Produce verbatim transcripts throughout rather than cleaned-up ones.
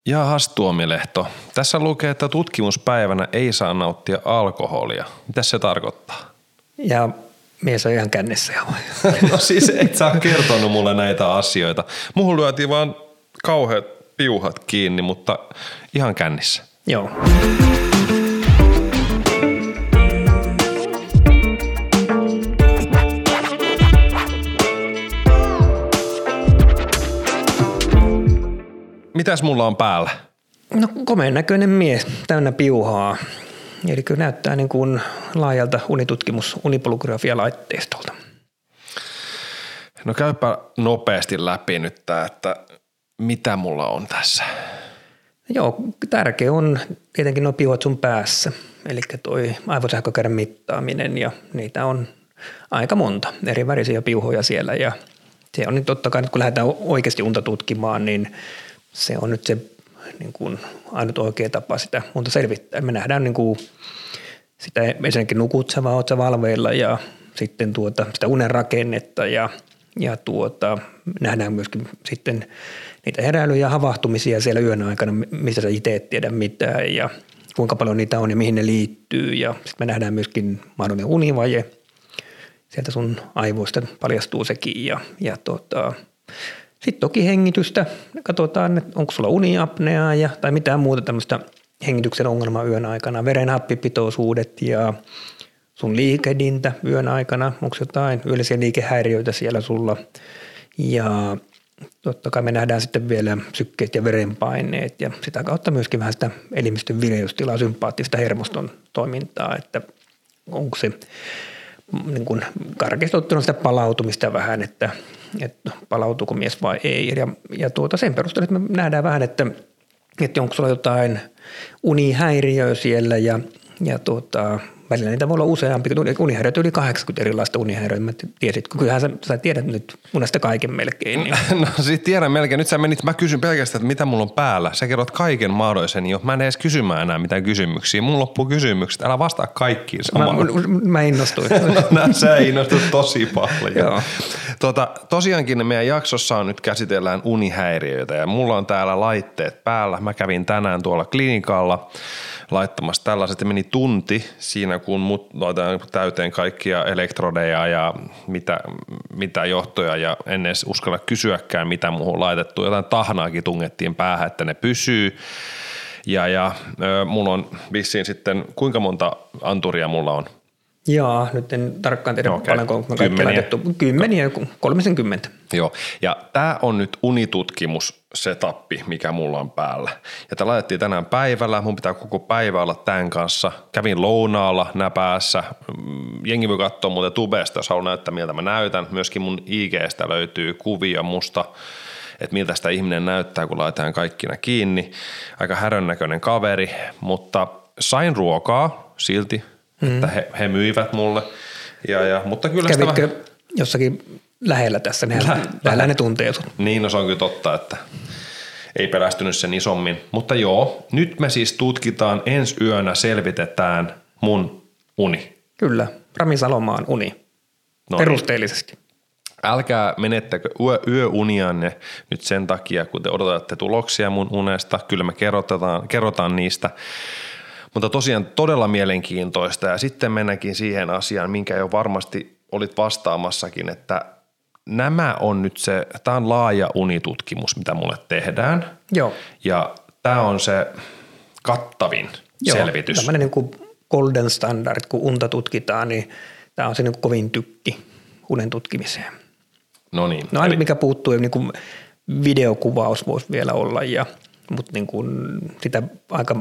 Jaahas Tuomilehto. Tässä lukee, että tutkimuspäivänä ei saa nauttia alkoholia. Mitä se tarkoittaa? Ja mies on ihan kännissä. No siis et sä ole kertonut mulle näitä asioita. Muuhun lyötiin vaan kauheat piuhat kiinni, mutta ihan kännissä. Joo. Mitäs mulla on päällä? No komeen näköinen mies, täynnä piuhaa. Eli kyllä näyttää niin kuin laajalta unitutkimus unipolografia-laitteistolta. No käypä nopeasti läpi nyt tää, että mitä mulla on tässä. Joo, tärkeä on tietenkin nuo piuhat sun päässä. Eli toi aivosähkökäyrän mittaaminen ja niitä on aika monta eri värisiä piuhoja siellä. Ja se on nyt totta kai, kun lähdetään oikeasti unta tutkimaan, niin se on nyt se niin kuin ainut oikea tapa sitä unta selvittää. Me nähdään niin kuin sitä ensinnäkin nukut sä, oot sä valveilla ja sitten tuota, sitä unen rakennetta ja, ja tuota, nähdään myöskin sitten niitä heräilyjä ja havahtumisia siellä yön aikana, mistä sä itse et tiedä mitään ja kuinka paljon niitä on ja mihin ne liittyy. Ja sitten me nähdään myöskin mahdollinen univaje. Sieltä sun aivoista paljastuu sekin ja, ja tuota, sitten toki hengitystä. Katsotaan, että onko sulla uniapneaa ja, tai mitään muuta tämmöistä hengityksen ongelmaa yön aikana. Verenhappipitoisuudet ja sun liikehdintä yön aikana. Onko jotain yleisiä liikehäiriöitä siellä sulla. Ja totta kai me nähdään sitten vielä sykkeet ja verenpaineet ja sitä kautta myöskin vähän sitä elimistön vireystilaa, sympaattista hermoston toimintaa, että onko se niin kuin karkeasti ottuna sitä palautumista vähän, että, että palautuuko mies vai ei. Ja, ja tuota sen perusteella, että me nähdään vähän, että, että onko sulla jotain unihäiriöä siellä ja, ja tuota, välillä niitä voi olla useampi. Unihäiriöitä yli kahdeksankymmentä erilaista unihäiriöitä. Mä tiesit, kyllähän sä, sä tiedät nyt unesta kaiken melkein. Niin. No siis tiedän melkein. Nyt sä menit, mä kysyn pelkästään, että mitä mulla on päällä. Sä kerrot kaiken mahdollisen jo. Mä en edes kysymään enää mitään kysymyksiä. Mun loppuu kysymykset. Älä vastaa kaikkiin samaan. Mä, mä innostuin. No sä innostut tosi paljon. Joo. Tuota, tosiaankin meidän jaksossa on nyt käsitellään unihäiriöitä ja mulla on täällä laitteet päällä. Mä kävin tänään tuolla klinikalla laittamassa tällaiset ja meni tunti siinä, kun mut laitan täyteen kaikkia elektrodeja ja mitä, mitä johtoja ja en edes uskalla kysyäkään, mitä muuhun laitettu. Jotain tahnaakin tungettiin päähän, että ne pysyy. Ja, ja ö, mulla on vissiin sitten, kuinka monta anturia mulla on? Joo, nyt en tarkkaan tiedä okay. Paljonko on kaikki laitettu. Kymmeniä, kolmisenkymmentä. Joo, ja tämä on nyt unitutkimussetappi, mikä mulla on päällä. Ja tämä laitettiin tänään päivällä, mun pitää koko päivä olla tämän kanssa. Kävin lounaalla näpäässä, jengi voi katsoa muuten tubesta, jos haluaa näyttää miltä mä näytän. Myöskin mun I G:stä löytyy kuvia musta, että miltä sitä ihminen näyttää, kun laitetaan kaikkina kiinni. Aika härön näköinen kaveri, mutta sain ruokaa silti. Mm. Että he, he myivät mulle. Ja, ja, mutta kyllä kävitkö sitä jossakin lähellä tässä? Ne Lä, lähellä ne tuntee sun. Niin, no se on kyllä totta, että ei pelästynyt sen isommin. Mutta joo, nyt me siis tutkitaan ensi yönä, selvitetään mun uni. Kyllä, Rami Salomaan uni. No perusteellisesti. Niin. Älkää menettäkö yö, yöunianne nyt sen takia, kun te odotatte tuloksia mun unesta. Kyllä me kerrotaan, kerrotaan niistä. Mutta tosiaan todella mielenkiintoista ja sitten mennäänkin siihen asiaan, minkä jo varmasti olit vastaamassakin, että nämä on nyt se, tämä on laaja unitutkimus, mitä mulle tehdään. Joo. Ja tämä on se kattavin Joo, selvitys. Joo, tämmöinen niin kuin golden standard, kun unta tutkitaan, niin tämä on se niin kuin kovin tykki unen tutkimiseen. No niin. No aina mikä puuttuu, niin kuin videokuvaus voisi vielä olla, ja, mutta niin kuin sitä aika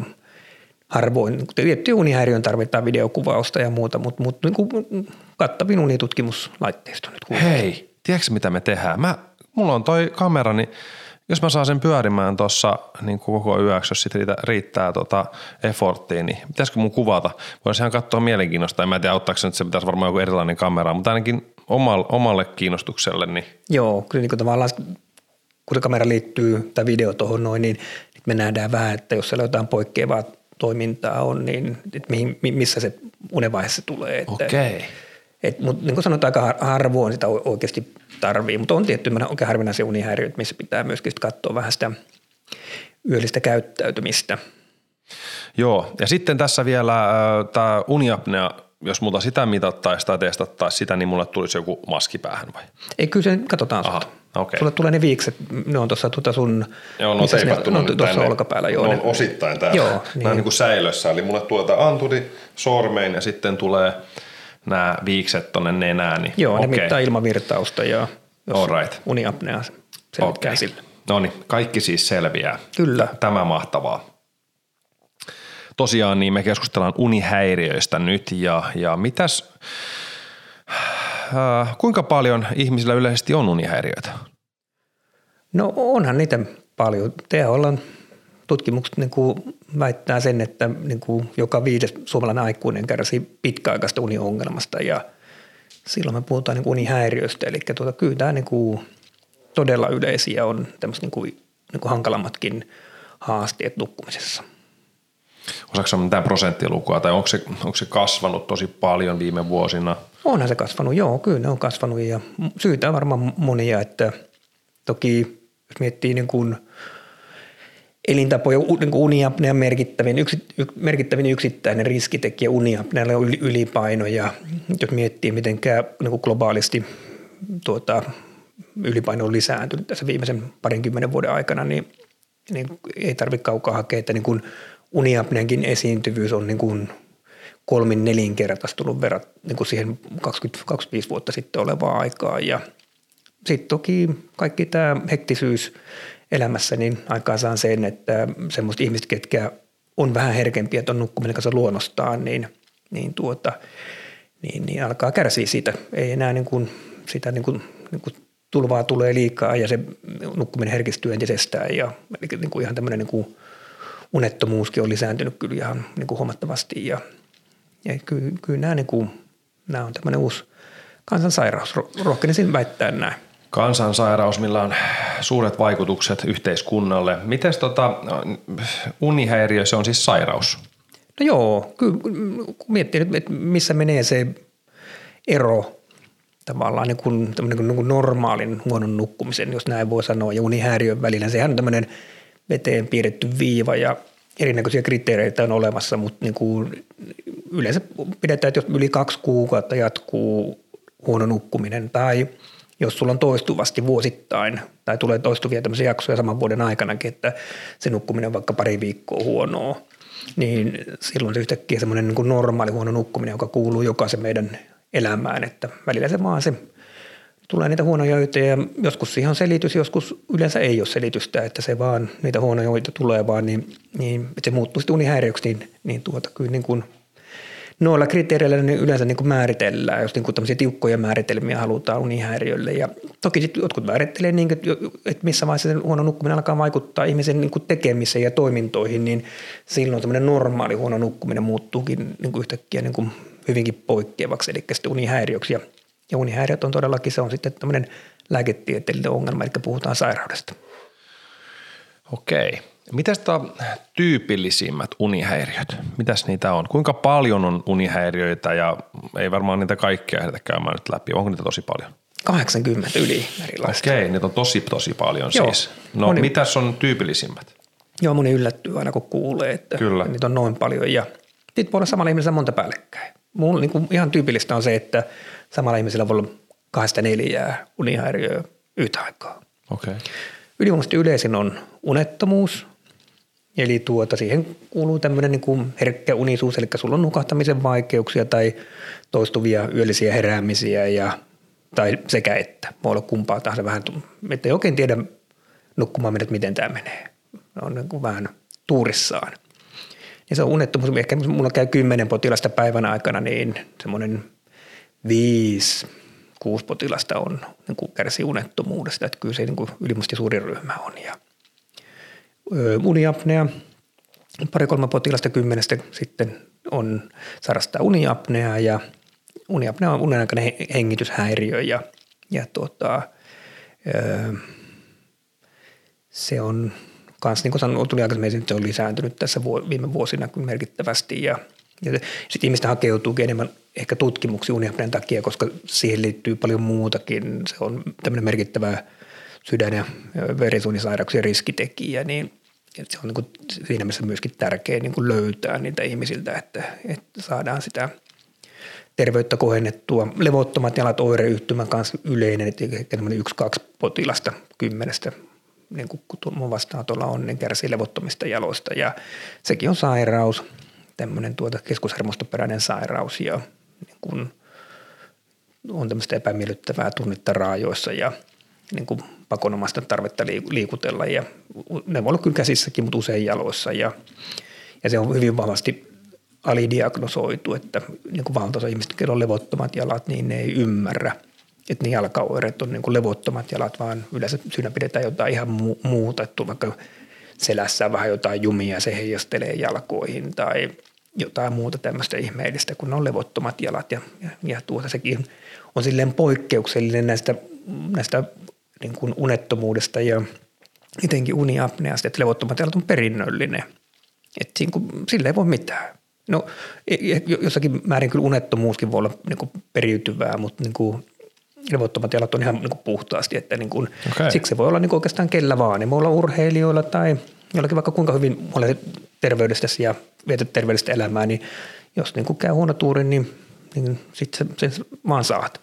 harvoin. Tiettyjä unihäiriöön tarvitaan videokuvausta ja muuta, mutta, mutta niin kuin kattavin unitutkimuslaitteisto nyt. Hei, tiedätkö mitä me tehdään? Mä, mulla on toi kamera, niin jos mä saan sen pyörimään tuossa niin koko yöksi, jos sit riittää, riittää tota efforttiin, niin pitäisikö mun kuvata? Voisi ihan katsoa mielenkiinnosta. En mä tiedä, auttaako se nyt, se pitäisi varmaan joku erilainen kamera, mutta ainakin omalle, omalle kiinnostukselle. Niin. Joo, kyllä niin kuin tavallaan, kun se kamera liittyy, tai video tuohon noin, niin me nähdään vähän, että jos siellä jotain poikkeavaa toimintaa on, niin että mihin, missä se unenvaiheessa tulee. Okei. Et, mutta niin kuin sanotaan, aika harvoin sitä oikeasti tarvii, mutta on tietty oikein harvinaisia unihäiriöitä, missä pitää myöskin katsoa vähän sitä yöllistä käyttäytymistä. Joo, ja sitten tässä vielä äh, tämä uniapnea, jos muuta sitä mitattaisiin tai testattaisiin sitä, niin mulle tulisi joku maski päähän vai? Ei, kyllä se katsotaan Aha, sulta. Okay. Sulle tulee ne viikset, ne on tuossa tuota sun, joo, no teipattuna nyt tuossa olkapäällä. Joo, ne ne on osittain täällä. Joo, niin. Nämä on niin kuin säilössä, eli mulle tulee tämä anturi sormeen ja sitten tulee nämä viikset tuonne nenään. Niin joo, okay. Ne mittaa ilmavirtausta ja right. uniapnea selvittää okay. sille. No niin, kaikki siis selviää. Kyllä. Tämä mahtavaa. Tosiaan niin me keskustellaan unihäiriöistä nyt ja, ja mitäs, äh, kuinka paljon ihmisillä yleisesti on unihäiriöitä? No onhan niitä paljon. T H L:n tutkimukset niin kuin väittää sen, että niin kuin joka viides suomalainen aikuinen kärsii pitkäaikaista uniongelmasta ja silloin me puhutaan niin kuin unihäiriöistä. Eli tuota, kyllä tämä niin kuin todella yleisiä on tämmöiset niin kuin, niin kuin hankalammatkin haasteet nukkumisessa. Osaatko sanoa mitään prosenttilukua tai onko se, onko se kasvanut tosi paljon viime vuosina? Onhan se kasvanut, joo, kyllä ne on kasvanut ja syytä on varmaan monia, että toki jos miettii niin kuin elintapoja, niin kuin uniapnean merkittävin, yksi, merkittävin yksittäinen riskitekijä uniapnealle on ylipaino ja jos miettii mitenkään niin kuin globaalisti tuota, ylipaino on lisääntynyt tässä viimeisen parinkymmenen vuoden aikana, niin, niin ei tarvitse kaukaa hakea, että niin kuin uniapneankin esiintyvyys on niin kuin kolmin nelinkertaistunut verrat niin kuin siihen kaksikymmentä kaksikymmentäviisi vuotta sitten olevaa aikaa. Ja sitten toki kaikki tämä hektisyys elämässä niin aikaansaan sen, että semmoiset ihmiset, ketkä on vähän herkempiä tuon nukkuminen kanssa luonnostaan, niin, niin, tuota, niin, niin alkaa kärsiä siitä. Ei enää niin kuin, sitä niin kuin, niin kuin tulvaa tulee liikaa ja se nukkuminen herkistyy entisestään ja niin kuin ihan tämmöinen niin kuin unettomuuskin on lisääntynyt kyllä ihan niin kuin huomattavasti ja, ja kyllä, kyllä nämä, niin kuin, nämä on tämmöinen uusi kansansairaus. Rohkenisin väittää näin. Kansansairaus, millä on suuret vaikutukset yhteiskunnalle. Mites tota, unihäiriö, se on siis sairaus? No joo, kyllä kun miettii nyt, että missä menee se ero tavallaan niin kuin, niin kuin normaalin huonon nukkumisen, jos näin voi sanoa, ja unihäiriön välillä. Sehän on tämmöinen veteen piirretty viiva ja erinäköisiä kriteereitä on olemassa, mutta niin kuin yleensä pidetään, että jos yli kaksi kuukautta jatkuu huono nukkuminen tai jos sulla on toistuvasti vuosittain tai tulee toistuvia tämmöisiä jaksoja saman vuoden aikanakin, että se nukkuminen on vaikka pari viikkoa huonoa, niin silloin se yhtäkkiä semmoinen niin kuin normaali huono nukkuminen, joka kuuluu jokaisen meidän elämään, että välillä se vaan se tulee niitä huonoja öitä ja joskus siihen on selitys, joskus yleensä ei ole selitystä, että se vaan niitä huonoja öitä tulee vaan, niin, niin että se muuttuu sitten unihäiriöksi, niin, niin tuota kyllä niin kuin noilla kriteereillä ne yleensä niin kuin määritellään, jos niin kuin tämmöisiä tiukkoja määritelmiä halutaan unihäiriölle. Ja toki sitten jotkut määrittelee niin, että missä vaiheessa se huono nukkuminen alkaa vaikuttaa ihmisen niin kuin tekemiseen ja toimintoihin, niin silloin tämmöinen normaali huono nukkuminen muuttuukin niin kuin yhtäkkiä niin kuin hyvinkin poikkeavaksi, eli sitten unihäiriöksi. Ja, ja unihäiriöt on todellakin, se on sitten tämmöinen lääketieteellinen ongelma, eli puhutaan sairaudesta. Okei. Mitäs tyypillisimmät unihäiriöt? Mitäs niitä on? Kuinka paljon on unihäiriöitä ja ei varmaan niitä kaikkia ehditä käymään nyt läpi. Onko niitä tosi paljon? kahdeksankymmentä yli erilaista. Okei, niitä on tosi tosi paljon Joo, siis. No moni, mitäs on tyypillisimmät? Joo, moni yllättyy aina kun kuulee, että Kyllä. niitä on noin paljon ja niitä voi olla samalla ihmisellä monta päällekkäin. Mulla niin kuin ihan tyypillistä on se, että samalla ihmisellä voi olla kahdesta neljää unihäiriöä yhtä aikaa. Okei. Ylivoimaisesti yleisin on unettomuus. Eli tuota, siihen kuuluu tämmöinen niin kuin herkkä unisuus, eli sulla on nukahtamisen vaikeuksia tai toistuvia yöllisiä heräämisiä ja, tai sekä että. Voi olla kumpaa tahansa vähän, ettei oikein tiedä nukkumaan menet, miten tämä menee. On niin kuin vähän tuurissaan. Ja se on unettomuus. Ehkä mulla käy kymmenen potilasta päivän aikana, niin semmoinen viisi, kuusi potilasta on, niin kuin kärsii unettomuudesta. Että kyllä se niin kuin ylimusti suurin ryhmä on. Ja uniapnea, pari-kolme potilasta kymmenestä sitten on sairastaa uniapneaa ja uniapnea on unenaikainen hengityshäiriö ja, ja tuota, se on kans, niin kuin sanoin, tuli aikaisemmin, se on lisääntynyt tässä viime vuosina merkittävästi ja, ja sitten ihmistä hakeutuukin enemmän ehkä tutkimuksia uniapnean takia, koska siihen liittyy paljon muutakin. Se on tämmöinen merkittävä sydän- ja verisuonisairauksien riskitekijä, niin se on niin kuin siinä mielessä myöskin tärkeää niin kuin löytää niitä ihmisiltä, että, että saadaan sitä terveyttä kohennettua. Levottomat jalat oireyhtymän kanssa yleinen, että yksi kaksi potilasta kymmenestä, niin kuin mun vastaanotolla on, niin kärsii levottomista jaloista ja sekin on sairaus, tämmöinen tuota keskushermostoperäinen sairaus ja niin kuin on tämmöistä epämiellyttävää tunnetta raajoissa ja niin kuin pakonomaista tarvetta liikutella ja ne voi olla kyllä käsissäkin, mutta usein jaloissa ja, ja se on hyvin vahvasti alidiagnosoitu, että niin kuin valtaosa ihmistä, joilla on levottomat jalat, niin ne ei ymmärrä, että ne jalkaoireet on niin kuin levottomat jalat, vaan yleensä syynä pidetään jotain ihan mu- muuta, että vaikka selässä on vähän jotain jumia ja se heijastelee jalkoihin tai jotain muuta tämmöistä ihmeellistä, kun ne on levottomat jalat ja, ja, ja tuota sekin on silleen poikkeuksellinen näistä, näistä niin kuin unettomuudesta ja etenkin uniapneasta, että levottomat jalat on perinnöllinen, että siinä kun, sille ei voi mitään. No jossakin määrin kyllä unettomuuskin voi olla niin kuin periytyvää, mutta niin kuin levottomat jalat on ihan niin kuin puhtaasti, että niin kuin, okay. Siksi se voi olla niin kuin oikeastaan kellä vaan. Niin voi olla urheilijoilla tai jollakin vaikka kuinka hyvin olet terveydestäsi ja vietät terveellistä elämää, niin jos niin kuin käy huono tuuri, niin, niin sitten sen, sen vaan saat.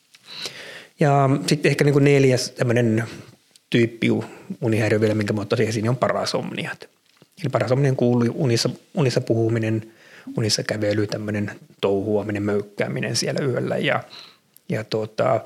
Ja sitten ehkä niin kuin neljäs tämmöinen tyyppi unihäiriö vielä, minkä mä ottaisin esiin, on parasomniat. Eli parasomnian kuuluu unissa, unissa puhuminen, unissa kävely, tämmöinen touhuaminen, möykkääminen siellä yöllä ja, ja tuota,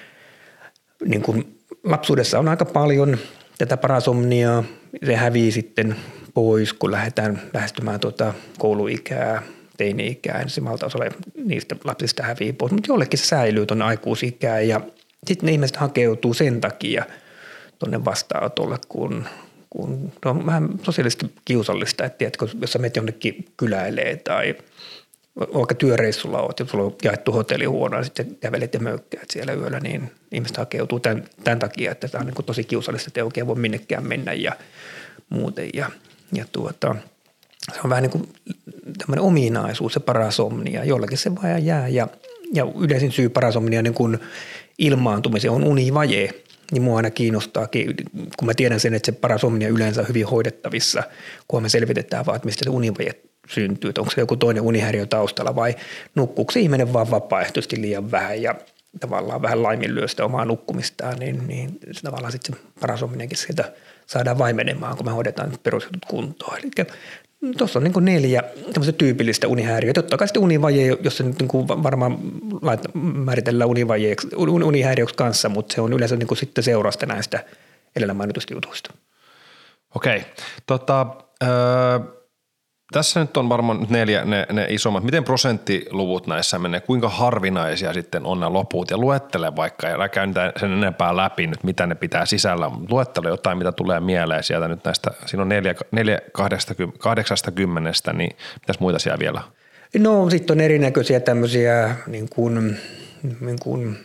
niin kuin lapsuudessa on aika paljon tätä parasomniaa. Se hävii sitten pois, kun lähdetään lähestymään tuota kouluikää, teini-ikää. Se valtaosa niistä lapsista hävii pois, mutta jollekin se säilyy tuonne aikuisikään ja sitten ne ihmiset hakeutuu sen takia tuonne vastaanotolle, kun kun on vähän sosiaalisesti kiusallista, että tiedätkö, jos sä menet jonnekin kyläilee tai vaikka työreissulla oot, jos sulla on jaettu hotellihuono ja sitten kävelet ja möykkäät siellä yöllä, niin ihmiset hakeutuu tämän, tämän takia, että tämä on niin tosi kiusallista, että ei oikein voi minnekään mennä ja muuten. Ja, ja tuota, se on vähän niin kuin tämmöinen ominaisuus, se parasomnia, jollakin se vaan jää. Ja, ja yleisin syy parasomnia niin kuin ilmaantumiseen on univaje. Niin mua aina kiinnostaa, kun mä tiedän sen, että se parasomnia yleensä on hyvin hoidettavissa, kun me selvitetään vaan, että mistä se univaje syntyy, että onko se joku toinen unihäiriö taustalla vai nukkuuko se ihminen vaan vapaaehtoisesti liian vähän ja tavallaan vähän laiminlyö sitä omaa nukkumistaan, niin, niin tavallaan sitten se parasomniakin sieltä saadaan vaimenemaan, kun me hoidetaan perusjutut kuntoon. Eli tuossa on niin kuin neljä tämmöistä tyypillistä unihäiriöä. Totta kai sitten univaje, jos se nyt niin kuin varmaan määritellään unihäiriöksi kanssa, mutta se on yleensä niin kuin sitten seurasta näistä edellä mainitusta jutuista. Okei. Tota, äh, tässä nyt on varmaan neljä ne, ne isommat. Miten prosenttiluvut näissä menee? Kuinka harvinaisia sitten on nämä loput? Ja luettele vaikka, ja käyn sen enempää läpi nyt, mitä ne pitää sisällä. Luettele jotain, mitä tulee mieleen sieltä nyt näistä. Siinä on neljä, neljä kahdeksastakymmenestä, niin mitäs muita siellä vielä? No sitten on erinäköisiä tämmöisiä niin kuin, niin kuin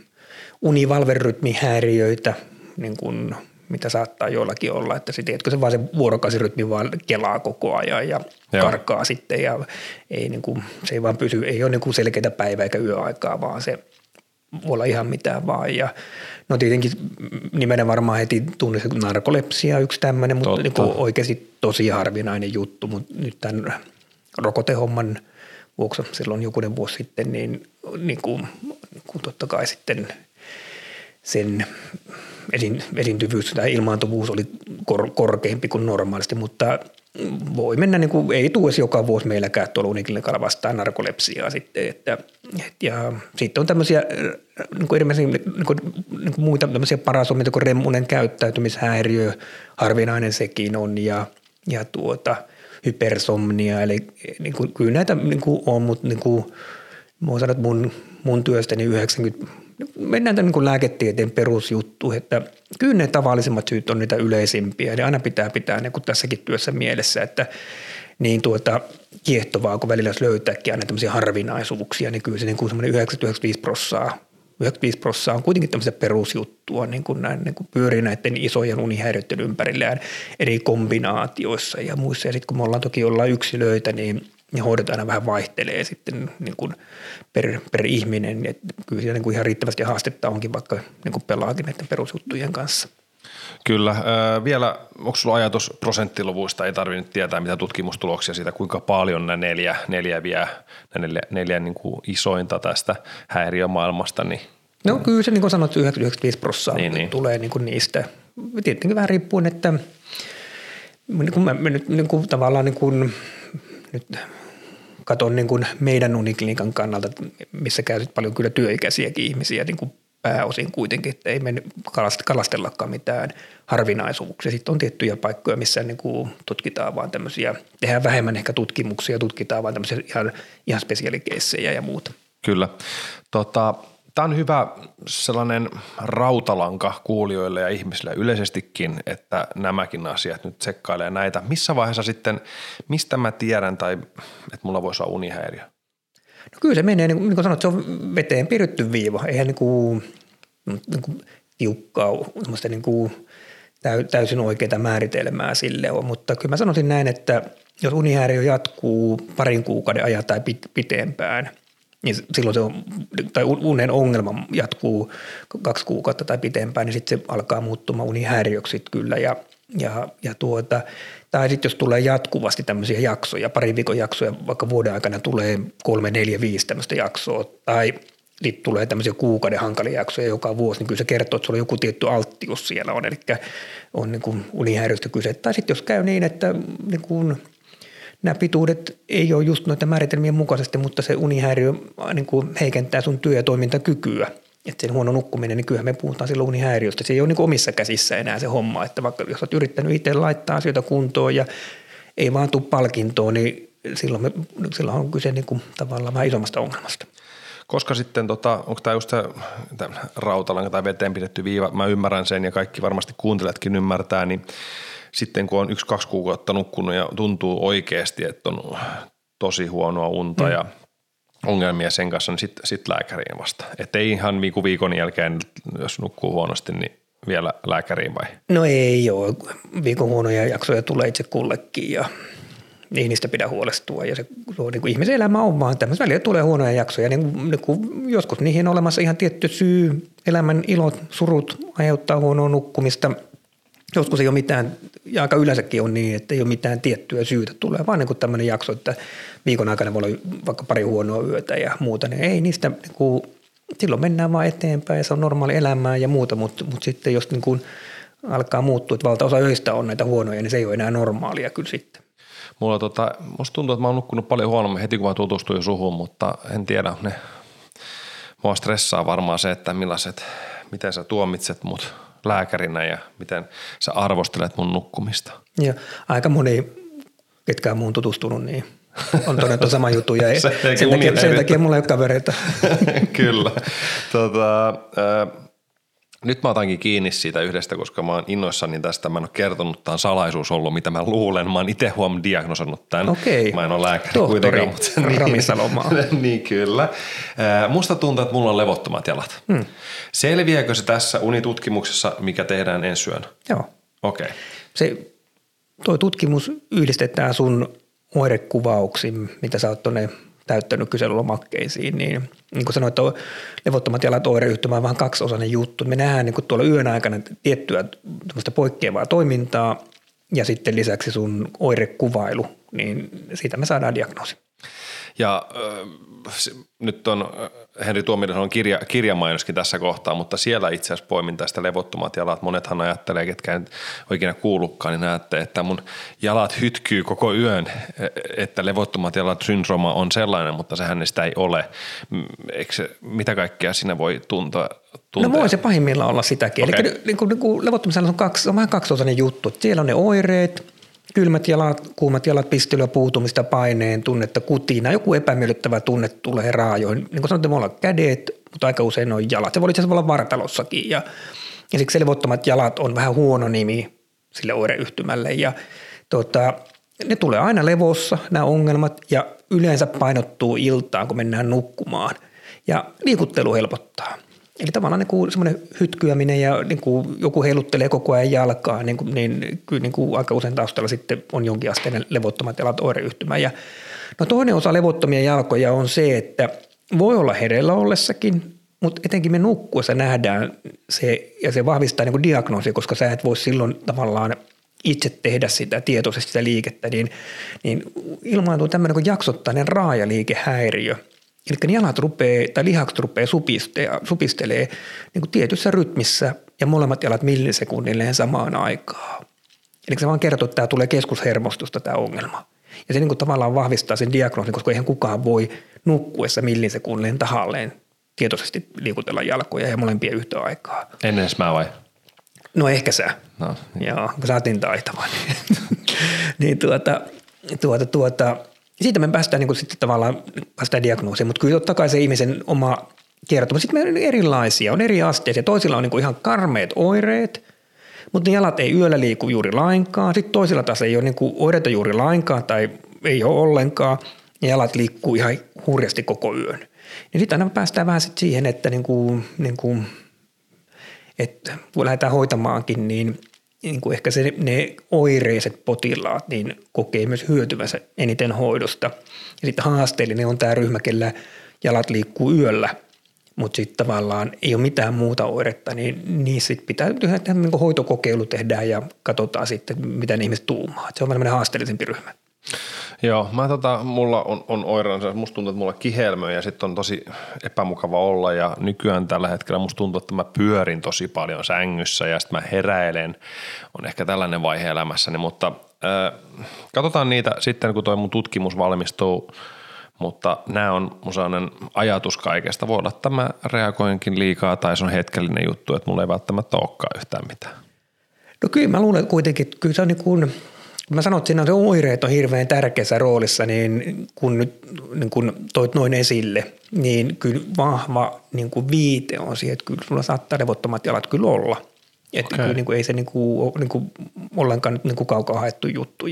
univalverytmihäiriöitä, niin kuin mitä saattaa jollakin olla, että sitten etkö se vaan se vuorokausirytmi vaan kelaa koko ajan ja Joo. karkaa sitten ja ei niin kuin, se ei vaan pysy, ei ole niin kuin selkeitä päivä- eikä yöaikaa, vaan se voi olla ihan mitään vaan. Ja no tietenkin nimenä varmaan heti tunnissa narkolepsia yksi tämmöinen, mutta niin kuin oikeasti tosi harvinainen juttu, mutta nyt tämän rokotehomman vuoksi silloin jokunen vuosi sitten, niin, niin, kuin, niin kuin totta kai sitten sen esiintyvyys tai ilmaantuvuus oli kor- korkeampi kuin normaalisti, mutta voi mennä, niin kuin, ei tule joka vuosi meilläkään tuolla uniklinikalla vastaan narkolepsiaa sitten. Että, et, ja sitten on tämmöisiä niin kuin erilaisia niin kuin, niin kuin muita tämmöisiä parasomia, kuin remmunen käyttäytymishäiriö, harvinainen sekin on ja, ja tuota, hypersomnia, eli niin kuin, kyllä näitä niin kuin on, mutta niin kuin, mä sanon, että mun, mun työstäni yhdeksänkymmentä mennään tämän niin lääketieteen perusjuttu, että kyllä ne tavallisimmat syyt on niitä yleisimpiä, eli aina pitää pitää niin kuin tässäkin työssä mielessä, että niin tuota kiehtovaa, kun välillä jos löytääkin aina tämmöisiä harvinaisuuksia, niin kyllä se niin kuin semmoinen yhdeksänkymmentäviisi prosenttia yhdeksänkymmentäviisi prosenttia on kuitenkin tämmöistä perusjuttua, niin kuin, näin, niin kuin pyörii näiden isojen unihäiriöiden ympärillään eri kombinaatioissa ja muissa. Ja sitten kun me ollaan toki ollaan yksilöitä, niin ne hoidot aina vähän vaihtelee sitten niin kuin per, per ihminen. Et kyllä siellä niin kuin ihan riittävästi haastetta onkin, vaikka niin kuin pelaakin näiden perusjuttujen kanssa. Kyllä. Äh, vielä, onko sulla ajatus prosenttiluvuista? Ei tarvitse tietää mitä tutkimustuloksia siitä, kuinka paljon nämä neljä, neljä vie, nämä neljä, neljä niin kuin isointa tästä häiriömaailmasta. Niin. No kyllä se niin kuin sanoit, yhdeksänkymmentäviisi prosenttia niin, niin. tulee niin kuin niistä. Tietenkin vähän riippuen, että niin kuin mä, mä nyt niin kuin tavallaan niin kuin, nyt katson niin kuin meidän uniklinikan kannalta, missä käy paljon kyllä työikäisiäkin ihmisiä niin kuin pääosin kuitenkin, että ei me kalastellakaan mitään harvinaisuuksia. Sitten on tiettyjä paikkoja, missä niin kuin tutkitaan vaan tämmöisiä, tehdään vähemmän ehkä tutkimuksia, tutkitaan vaan tämmöisiä ihan, ihan spesiaalikeissejä ja muuta. Kyllä. Tota, tämä on hyvä sellainen rautalanka kuulijoille ja ihmisille yleisestikin, että nämäkin asiat nyt tsekkailee näitä. Missä vaiheessa sitten, mistä mä tiedän tai että mulla voisi olla unihäiriö? No kyllä se menee, niin kuin, niin kuin sanoit, se on veteen piirretty viiva, eihän niin kuin, niin kuin tiukkaa, niin kuin täysin oikeaa määritelmää sille ole, mutta kyllä mä sanoisin näin, että jos unihäiriö jatkuu parin kuukauden ajan tai pitempään, niin silloin se on, tai unen ongelma jatkuu kaksi kuukautta tai pitempään, niin sitten se alkaa muuttumaan unihäiriöksi kyllä ja, ja, ja tuota, tai sitten jos tulee jatkuvasti tämmöisiä jaksoja, parin viikon jaksoja, vaikka vuoden aikana tulee kolme, neljä, viisi tämmöistä jaksoa, tai sitten tulee tämmöisiä kuukauden hankalia jaksoja joka vuosi, niin kyllä se kertoo, että sulla joku tietty alttius siellä on, eli on niin kuin unihäiriöstä kyse. Tai sitten jos käy niin, että niin kuin nämä pituudet ei ole just noita määritelmien mukaisesti, mutta se unihäiriö niin kuin heikentää sun työ- ja toimintakykyä. Että sen huono nukkuminen, niin kyllähän me puhutaan silloin unihäiriöstä. Se ei ole niin kuin omissa käsissä enää se homma, että vaikka jos olet yrittänyt itse laittaa asioita kuntoon ja ei vaan tule palkintoa, niin silloin, me, silloin on kyse niin kuin tavallaan vähän isommasta ongelmasta. Koska sitten, tota, onko tämä just tämä rautalanka tai veteen pidetty viiva, mä ymmärrän sen ja kaikki varmasti kuuntelijatkin ymmärtää, niin sitten kun on yksi, kaksi kuukautta nukkunut ja tuntuu oikeasti, että on tosi huonoa unta mm. ja ongelmia sen kanssa, niin sitten sit lääkäriin vasta. Että ei ihan viikon, viikon jälkeen, jos nukkuu huonosti, niin vielä lääkäriin vai? No ei ole. Viikon huonoja jaksoja tulee itse kullekin ja ei niistä pidä huolestua. Ja se, se on, niin kuin ihmisen elämä on vaan tämmöistä. Välillä tulee huonoja jaksoja. Niin, niin kuin joskus niihin on olemassa ihan tietty syy. Elämän ilot, surut aiheuttaa huonoa nukkumista. Joskus ei ole mitään, ja aika yleensäkin on niin, että ei ole mitään tiettyä syytä. Tulee vaan niin kuin tämmöinen jakso, että viikon aikana voi olla vaikka pari huonoa yötä ja muuta. Niin ei niistä, niin kuin, silloin mennään vaan eteenpäin ja se on normaali elämää ja muuta, mutta, mutta sitten jos niin kuin alkaa muuttua, että valtaosa öistä on näitä huonoja, niin se ei ole enää normaalia kyllä sitten. Mulla tota, musta tuntuu, että mä oon nukkunut paljon huonommin heti, kun mä tutustuin suhun, mutta en tiedä, ne mua stressaa varmaan se, että millaiset, miten sä tuomitset mut lääkärinä ja miten sä arvostelet mun nukkumista. Ja aika moni, ketkä on muun tutustunut, niin on todennut sama juttu ja se sen, takia, sen takia mulla ei ole kavereita. Kyllä. Tota, äh, nyt mä otankin kiinni siitä yhdestä, koska mä oon innoissani tästä. Mä en ole kertonut, tämä on salaisuus ollut, mitä mä luulen. Mä oon itse huom diagnosannut tämän. Okei. Mä en ole lääkäri Tohtori kuitenkaan. Mutta Rami Salomaa. Niin kyllä. Musta tuntuu, että mulla on levottomat jalat. Hmm. Selviääkö se tässä unitutkimuksessa, mikä tehdään ensi yönä? Joo. Okei. Okay. Se, toi tutkimus yhdistetään sun oirekuvauksiin, mitä sä oot tuonne täyttänyt kyselylomakkeisiin, niin niin kuin sanoit, että levottomat jalat oireyhtymä on vähän kaksiosainen juttu. Me nähdään niin kuin tuolla yön aikana tiettyä poikkeavaa toimintaa ja sitten lisäksi sun oirekuvailu, niin siitä me saadaan diagnoosi. Ja äh, nyt on Henri Tuominen on kirja, kirjamainoskin tässä kohtaa, mutta siellä itse asiassa poimin tästä levottomat jalat. Monethan ajattelee, ketkä ei oikein kuullutkaan, niin näette, että mun jalat hytkyy koko yön, että levottomat jalat syndrooma on sellainen, mutta sehän sitä ei ole. Eikö se, mitä kaikkea siinä voi tuntea? tuntea? No voi se pahimmillaan olla sitäkin. Okay. Eli niin kuin, niin kuin levottomat jalat on, kaksi, on vähän kaksiosainen juttu. Siellä on ne oireet, kylmät jalat, kuumat jalat, pistelyä, puutumista, paineen tunnetta, kutina, joku epämiellyttävä tunne tulee raajoin. Niin kuin sanotte, me ollaan kädet, mutta aika usein on jalat. Se voi itse asiassa olla vartalossakin ja, ja siksi levottomat jalat on vähän huono nimi sille oireyhtymälle. Ja tota, ne tulee aina levossa, nämä ongelmat, ja yleensä painottuu iltaan, kun mennään nukkumaan. Ja liikuttelu helpottaa. Eli tavallaan niin kuin semmoinen hytkyäminen ja niin kuin joku heiluttelee koko ajan jalkaa, niin, kuin, niin kyllä niin kuin aika usein taustalla sitten on jonkinasteinen levottomat jalat oireyhtymä. Ja no toinen osa levottomia jalkoja on se, että voi olla hereillä ollessakin mutta etenkin me nukkuessa nähdään se, ja se vahvistaa niin kuin diagnoosia, koska sä et voi silloin tavallaan itse tehdä sitä tietoisesti sitä liikettä, niin, niin ilmaantuu tämmöinen kuin jaksottainen raajaliikehäiriö. Eli ne jalat rupeaa, tai lihakset rupeaa supistelee niin kuin tietyssä rytmissä ja molemmat jalat millisekunnilleen samaan aikaan. Eli se vaan kertoo, että tämä tulee keskushermostosta tämä ongelma. Ja se niin kuin tavallaan vahvistaa sen diagnoosin, koska eihän kukaan voi nukkuessa millisekunnilleen tahalleen tietoisesti liikutella jalkoja ja molempia yhtä aikaa. Ennen mä vai? No ehkä sä. No, niin. Joo, kun sä oot niin taitava. niin tuota, tuota, tuota, siitä me päästään niin kuin sitten tavallaan päästään diagnoosiin, mutta kyllä totta kai se ihmisen oma kertoma. Sitten me on erilaisia, on eri asteisia. Toisilla on niin kuin ihan karmeet oireet, mutta ne jalat ei yöllä liiku juuri lainkaan. Sitten toisilla taas ei ole niin kuin oireita juuri lainkaan tai ei ole ollenkaan. Ja jalat liikkuu ihan hurjasti koko yön. Niin sitten aina päästään vähän sit siihen, että, niin kuin, niin kuin, että kun lähdetään hoitamaankin, niin, niin kuin ehkä se, ne oireiset potilaat niin kokee myös hyötyvänsä eniten hoidosta. Ja sitten haasteellinen on tämä ryhmä, kellä jalat liikkuu yöllä, mutta sitten tavallaan ei ole mitään muuta oiretta, niin niissä sit pitää tehdä niin kuin hoitokokeilu tehdään ja katsotaan sitten, mitä ne ihmiset tuumaa. Se on vähän haasteellisempi ryhmä. Joo, mä tota, mulla on, on oireena, musta tuntuu, että mulla on kihelmö ja sitten on tosi epämukava olla ja nykyään tällä hetkellä musta tuntuu, että mä pyörin tosi paljon sängyssä ja sitten mä heräilen, on ehkä tällainen vaihe elämässäni, mutta äh, katsotaan niitä sitten, kun toi mun tutkimus valmistuu, mutta nämä on mun sellainen ajatus kaikesta. Voi olla, että mä reagoinkin liikaa tai se on hetkellinen juttu, että mulla ei välttämättä olekaan yhtään mitään. No kyllä mä luulen kuitenkin, että kyllä se on niin kuin mä sanon, että siinä on se oireet on hirveän tärkeässä roolissa, niin kun nyt niin kun toit noin esille, niin kyllä vahva niin kuin viite on siihen, että kyllä sulla saattaa levottomat jalat kyllä olla. Että okay. Kyllä niin kuin ei se niin kuin ole niin kuin ollenkaan niin kuin kaukaa haettu juttu.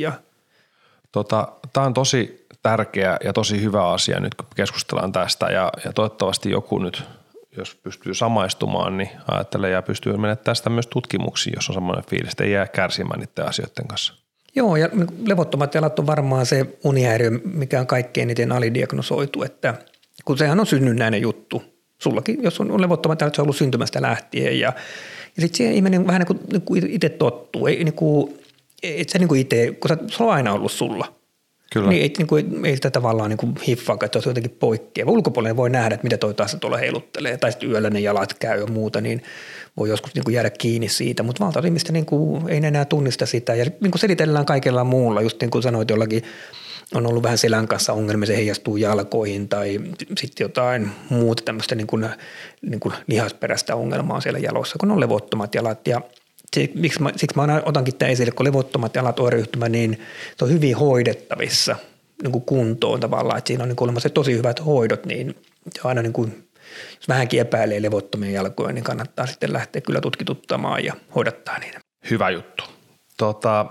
Tota, tämä on tosi tärkeä ja tosi hyvä asia nyt, kun keskustellaan tästä ja, ja toivottavasti joku nyt, jos pystyy samaistumaan, niin ajattelee ja pystyy menemään tästä myös tutkimuksiin, jos on semmoinen fiilis, että ei jää kärsimään niiden asioiden kanssa. Joo, ja levottomat jalat on varmaan se unihäiriö, mikä on kaikkein eniten alidiagnosoitu, että kun sehän on synnynnäinen juttu. Sullakin, jos on levottomat jalat, se on ollut syntymästä lähtien ja, ja sitten siihen ihminen vähän niin kuin, niin kuin itse tottuu. Ei, niin kuin, et sä niin kuin itse, kun se on aina ollut sulla. Kyllä. Niin ei, niin kuin, ei sitä tavallaan niin kuin hiffaa, että se on jotenkin poikkeava. Ulkopuolinen voi nähdä, että mitä toi taas tuolla heiluttelee tai sitten yöllä ne jalat käy ja muuta, niin voi joskus niin kuin jäädä kiinni siitä, mutta valtaosa ihmistä niin kuin ei enää tunnista sitä ja niin kuin selitellään kaikella muulla, just niin kuin sanoit, jollakin on ollut vähän selän kanssa ongelmia, se heijastuu jalkoihin tai sitten jotain muuta tämmöistä niin kuin, niin kuin lihasperäistä ongelmaa on siellä jalossa, kun on levottomat jalat ja se, miksi mä, siksi mä aina otankin tämän esille, kun levottomat jalat oireyhtymä, niin se on hyvin hoidettavissa niin kuin kuntoon tavallaan, että siinä on niin kuin olemassa tosi hyvät hoidot, niin se on aina niin kuin jos vähänkin epäilee levottomia jalkoja, niin kannattaa sitten lähteä kyllä tutkituttamaan ja hoidattaa niitä. Hyvä juttu. Tota,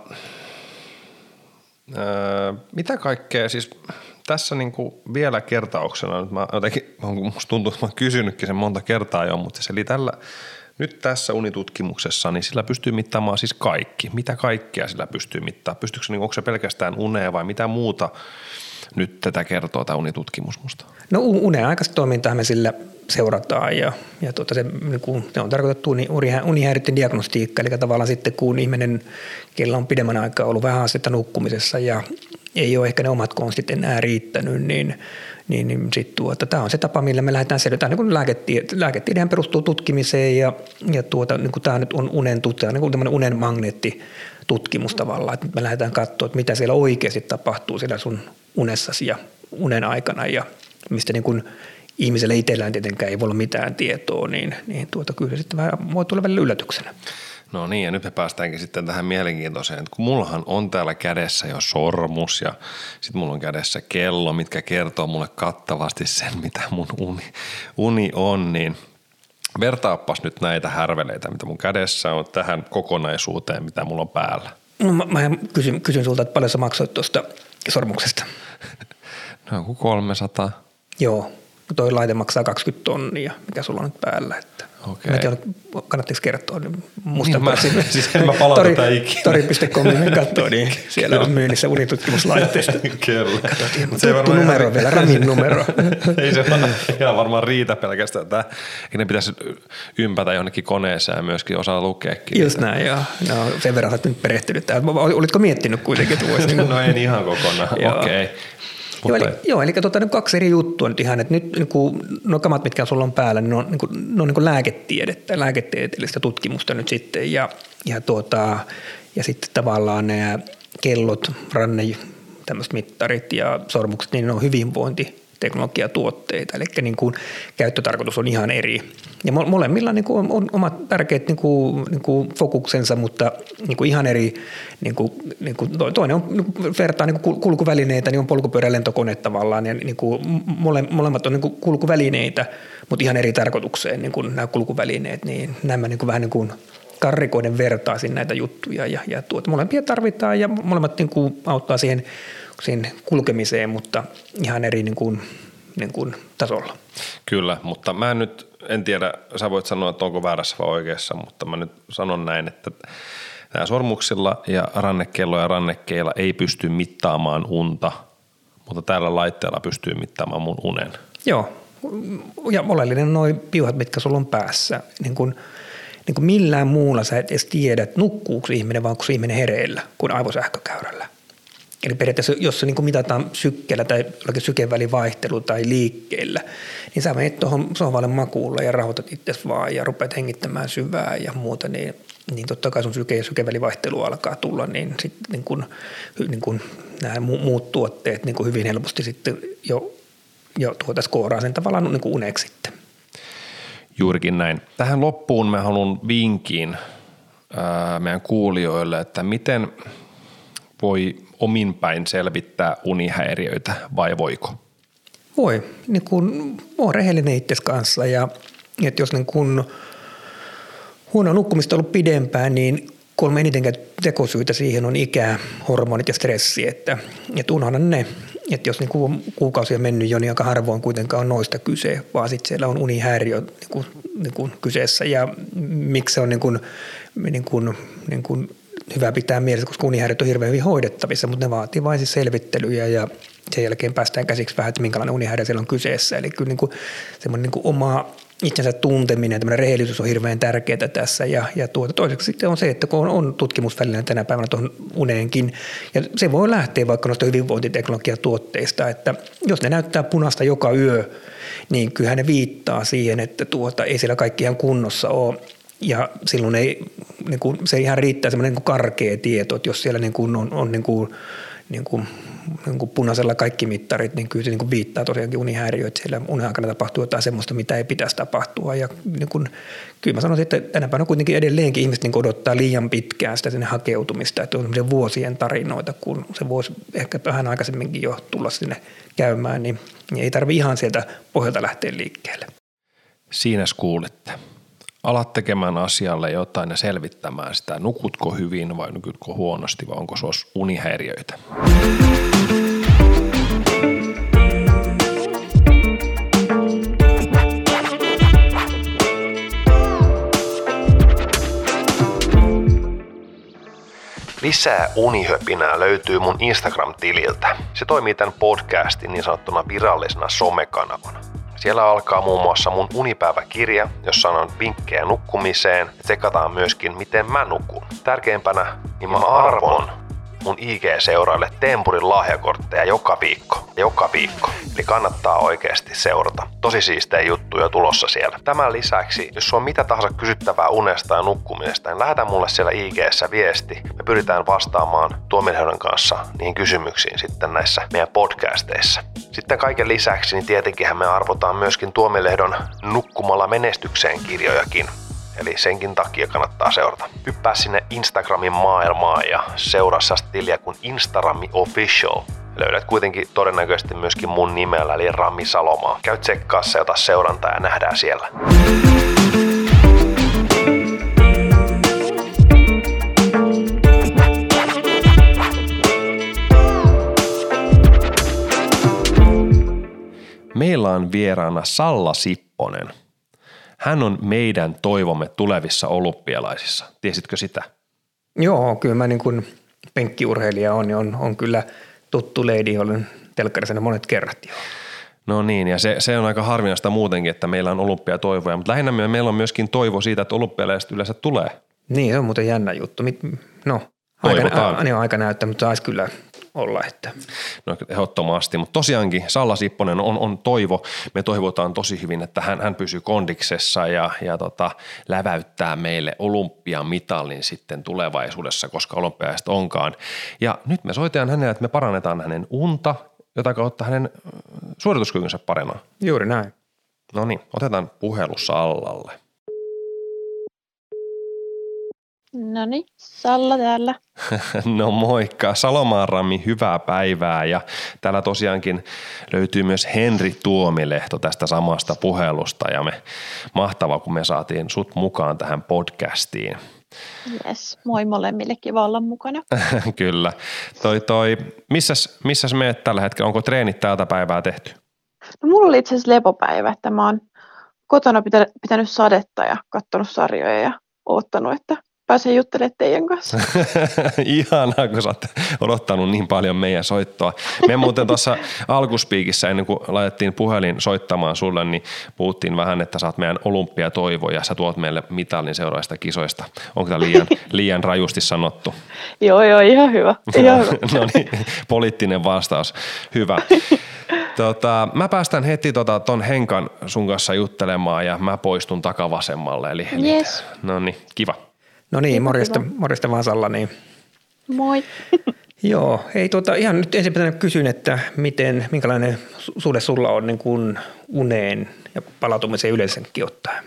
öö, mitä kaikkea, siis tässä niinku vielä kertauksena, nyt mä jotenkin, musta tuntuu, että mä oon kysynytkin sen monta kertaa jo, mutta se eli tällä, nyt tässä unitutkimuksessa, niin sillä pystyy mittaamaan siis kaikki. Mitä kaikkea sillä pystyy mittaamaan? Pystyykö se, niin onko se pelkästään unea vai mitä muuta nyt tätä kertoo tämä unitutkimus musta? No unen aikaista toimintaa me sillä seurataan ja, ja tuota se, niin kun, se on tarkoitettu unihäiriöiden diagnostiikka, eli tavallaan sitten kun ihminen, kellä on pidemmän aikaa ollut vähän haastetta nukkumisessa ja ei ole ehkä ne omat konstit enää riittänyt, niin, niin, niin sitten tuota, tämä on se tapa, millä me lähdetään selvittämään. Niin lääketiede, lääketiedehän perustuu tutkimiseen ja, ja tuota, niin tämä nyt on unen tutkimus, niin tämmöinen unen magneettitutkimus tavallaan, että me lähdetään katsoa, että mitä siellä oikeasti tapahtuu siellä sun unessasi ja unen aikana ja mistä niin kuin ihmiselle itsellään tietenkään ei voi olla mitään tietoa, niin, niin tuota, kyllä se sitten vähän voi tulla välillä yllätyksenä. No niin, ja nyt me päästäänkin sitten tähän mielenkiintoiseen, että kun mullahan on täällä kädessä jo sormus ja sitten mulla on kädessä kello, mitkä kertoo mulle kattavasti sen, mitä mun uni, uni on, niin vertaappas nyt näitä härveleitä, mitä mun kädessä on tähän kokonaisuuteen, mitä mulla on päällä. No mä, mä kysyn, kysyn sulta, että paljon sä maksoit tuosta sormuksesta? No joku kolmesataa. Joo. toi laite maksaa kaksikymmentä tonnia, mikä sulla on nyt päällä. Että okei. Mä en tiedä, kannattiko kertoa, niin musta niin, mä, siis en mä palauta tätä ikinä. tori piste com katsoo, niin siellä on myynnissä unitutkimuslaitteista. Kyllä. Katsotiin, tuttu numero ihan vielä, Ramin numero. Ei se ihan varmaan riitä pelkästään. Että ne pitäisi ympätä jonnekin koneeseen ja myöskin osaa lukeekin. Just näin, joo. No, sen verran olet nyt perehtynyt. Olitko miettinyt kuitenkin, että voisi? Niin no en ihan kokonaan, okei. Okay. Joo, eli, joo, eli tota, niin kaksi eri juttua nyt ihan, että nyt niin kuin, no kamat, mitkä sulla on päällä, niin ne on, niin kuin, ne on niin kuin lääketiedettä, lääketieteellistä tutkimusta nyt sitten ja, ja, tuota, ja sitten tavallaan nämä kellot, ranne, tämmöiset mittarit ja sormukset, niin ne on hyvinvointiteknologiatuotteita, eli niin kuin, käyttötarkoitus on ihan eri. Ja molemmilla niin kuin, on, on omat tärkeät niin kuin, niin kuin fokuksensa, mutta niin kuin ihan eri, niin kuin, niin kuin toinen on niin kuin vertaa niin kuin kulkuvälineitä, niin on polkupyörä lentokone tavallaan, ja niin kuin mole, molemmat on niin kuin kulkuvälineitä, mutta ihan eri tarkoitukseen niin kuin nämä kulkuvälineet, niin nämä niin kuin vähän niin kuin karrikoiden vertaisin näitä juttuja, ja, ja tuota, molempia tarvitaan, ja molemmat niin kuin auttaa siihen, siihen kulkemiseen, mutta ihan eri niin kuin, niin kuin tasolla. Kyllä, mutta mä nyt en tiedä, sä voit sanoa, että onko väärässä vai oikeassa, mutta mä nyt sanon näin, että nämä sormuksilla ja rannekello ja rannekkeilla ei pysty mittaamaan unta, mutta tällä laitteella pystyy mittaamaan mun unen. Joo, ja oleellinen on noi piuhat, mitkä sulla on päässä. Niin kun, niin kun millään muulla sä et edes tiedä, että nukkuuko ihminen vai onko se ihminen hereillä kuin aivosähkökäyrällä. Eli periaatteessa, jos se niin mitataan sykkeellä tai jollakin sykevälivaihtelu tai liikkeellä, niin sä menet tuohon sohvalle makuulle ja rauhoitat itsesi vaan ja rupeat hengittämään syvää ja muuta, niin, niin totta kai sun syke- ja sykevälivaihtelu alkaa tulla, niin sitten niin kun, niin kun nämä muut tuotteet niin kun hyvin helposti sitten jo, jo tuota skooraa sen tavallaan niin kuin uneksi sitten. Juurikin näin. Tähän loppuun mä haluan vinkin ää, meidän kuulijoille, että miten voi omin päin selvittää unihäiriöitä vai voiko? Voi. Niin kun, olen rehellinen itsesi kanssa ja että jos niin kun huono nukkumista on ollut pidempään, niin kolme eniten tekosyitä siihen on ikä, hormonit ja stressi. Että, että unohdan ne. Että jos niin kuin kuukausi on mennyt jo, niin aika harvoin kuitenkaan on noista kyse, vaan sitten siellä on unihäiriö niin kuin, niin kuin kyseessä. Ja miksi se on niin kuin, niin kuin, niin kuin hyvä pitää mielessä, koska unihäiriöt on hirveän hyvin hoidettavissa, mutta ne vaatii vain siis selvittelyjä ja sen jälkeen päästään käsiksi vähän, että minkälainen unihäiriö siellä on kyseessä. Eli kyllä niin kuin semmoinen niin kuin oma itsensä tunteminen ja tämmöinen rehellisyys on hirveän tärkeää tässä. Ja, ja tuota, toiseksi sitten on se, että kun on, on tutkimusvälineen tänä päivänä tuohon uneenkin, ja se voi lähteä vaikka noista hyvinvointiteknologiatuotteista, että jos ne näyttää punaista joka yö, niin kyllähän ne viittaa siihen, että tuota, ei siellä kaikki ihan kunnossa ole. Ja silloin ei, niin kuin, se ihan riittää semmoinen niin kuin karkea tieto, että jos siellä niin kuin on, on niin kuin, niin kuin, niin kuin punaisella kaikki mittarit, niin kyllä se niin kuin viittaa tosiaankin unihäiriöitä, että siellä unen aikana tapahtuu jotain semmoista, mitä ei pitäisi tapahtua. Ja niin kuin, kyllä mä sanoisin, että tänä päivänä kuitenkin edelleenkin ihmiset niin kuin odottaa liian pitkään sitä sinne hakeutumista, että on semmoisia vuosien tarinoita, kun se voisi ehkä vähän aikaisemminkin jo tulla sinne käymään, niin, niin ei tarvitse ihan sieltä pohjalta lähteä liikkeelle. Siinäs kuulitte. Alat tekemään asialle jotain ja selvittämään sitä, nukutko hyvin vai nukutko huonosti vai onko sulla unihäiriöitä. Lisää unihöpinää löytyy mun Instagram-tililtä. Se toimii tämän podcastin niin sanottuna virallisena somekanavana. Siellä alkaa muun muassa mun unipäiväkirja, jossa on vinkkejä nukkumiseen ja tsekataan myöskin, miten mä nukun. Tärkeimpänä, niin mä arvon mun I G-seuraille Tempurin lahjakortteja joka viikko. Joka viikko. Eli kannattaa oikeasti seurata. Tosi siistejä juttuja tulossa siellä. Tämän lisäksi, jos sulla on mitä tahansa kysyttävää unesta ja nukkumisesta, niin lähetä mulle siellä I G:ssä viesti. Me pyritään vastaamaan Tuomilehdon kanssa niihin kysymyksiin sitten näissä meidän podcasteissa. Sitten kaiken lisäksi, niin tietenkinhän me arvotaan myöskin Tuomilehdon Nukkumalla menestykseen kirjojakin. Eli senkin takia kannattaa seurata. Hyppää sinne Instagramin maailmaan ja seuraa sellaista tiliä kuin Instarami Official. Löydät kuitenkin todennäköisesti myöskin mun nimellä, eli Rami Salomaa. Käy tsekkaassa ja ota seurantaa ja nähdään siellä. meillä on vieraana Salla Sipponen. Hän on meidän toivomme tulevissa olympialaisissa. Tiesitkö sitä? Joo, kyllä mä niin kuin penkkiurheilija on, niin on, on kyllä tuttu lady, olen telkkarissa monet kerrat jo. No niin, ja se, se on aika harvinaista muutenkin, että meillä on olympiatoivoja, mutta lähinnä meillä on myöskin toivo siitä, että olympialaiset yleensä tulee. Niin, se on muuten jännä juttu. No, toivotaan. Aika, niin aika näyttää, mutta saisi kyllä olla. Että. No ehdottomasti, mutta tosiaankin Salla Sipponen on, on toivo. Me toivotaan tosi hyvin, että hän, hän pysyy kondiksessa ja, ja tota, läväyttää meille olympiamitalin sitten tulevaisuudessa, koska olympialaiset onkaan. Ja nyt me soitetaan hänelle, että me parannetaan hänen unta, jota kautta hänen suorituskykynsä paranee. Juuri näin. No niin, otetaan puhelussa Sallalle. No niin, Salla täällä. No moikka, Salomaan Rami, hyvää päivää ja täällä tosiaankin löytyy myös Henri Tuomilehto tästä samasta puhelusta ja me mahtavaa, kun me saatiin sut mukaan tähän podcastiin. Jes, moi molemmille, kiva olla mukana. Kyllä. Toi, toi, missäs, missäs meet tällä hetkellä? Onko treenit tältä päivää tehty? No, mulla oli itse asiassa lepopäivä, että mä oon kotona pitänyt, pitänyt sadetta ja katsonut sarjoja ja oottanut, että pääsen juttelemaan teidän kanssa. Ihanaa, kun sä oot odottanut niin paljon meidän soittoa. Me muuten tuossa alkuspiikissä, ennen kuin laitettiin puhelin soittamaan sulle, niin puhuttiin vähän, että sä oot meidän olympiatoivo ja sä tuot meille mitalin seuraavista kisoista. Onko tämä liian, liian rajusti sanottu? Joo, joo, ihan hyvä. Ihan hyvä. No niin, poliittinen vastaus. Hyvä. Tota, mä päästän heti tota, ton Henkan sun kanssa juttelemaan ja mä poistun takavasemmalle. Eli, eli, yes. No niin, kiva. No niin, morjesta, morjesta vaan Salla. Niin. Moi. Joo, hei tuota, ihan nyt ensin kysyn, että miten, minkälainen suhde sulla on niin kuin uneen ja palautumiseen yleensäkin ottaen?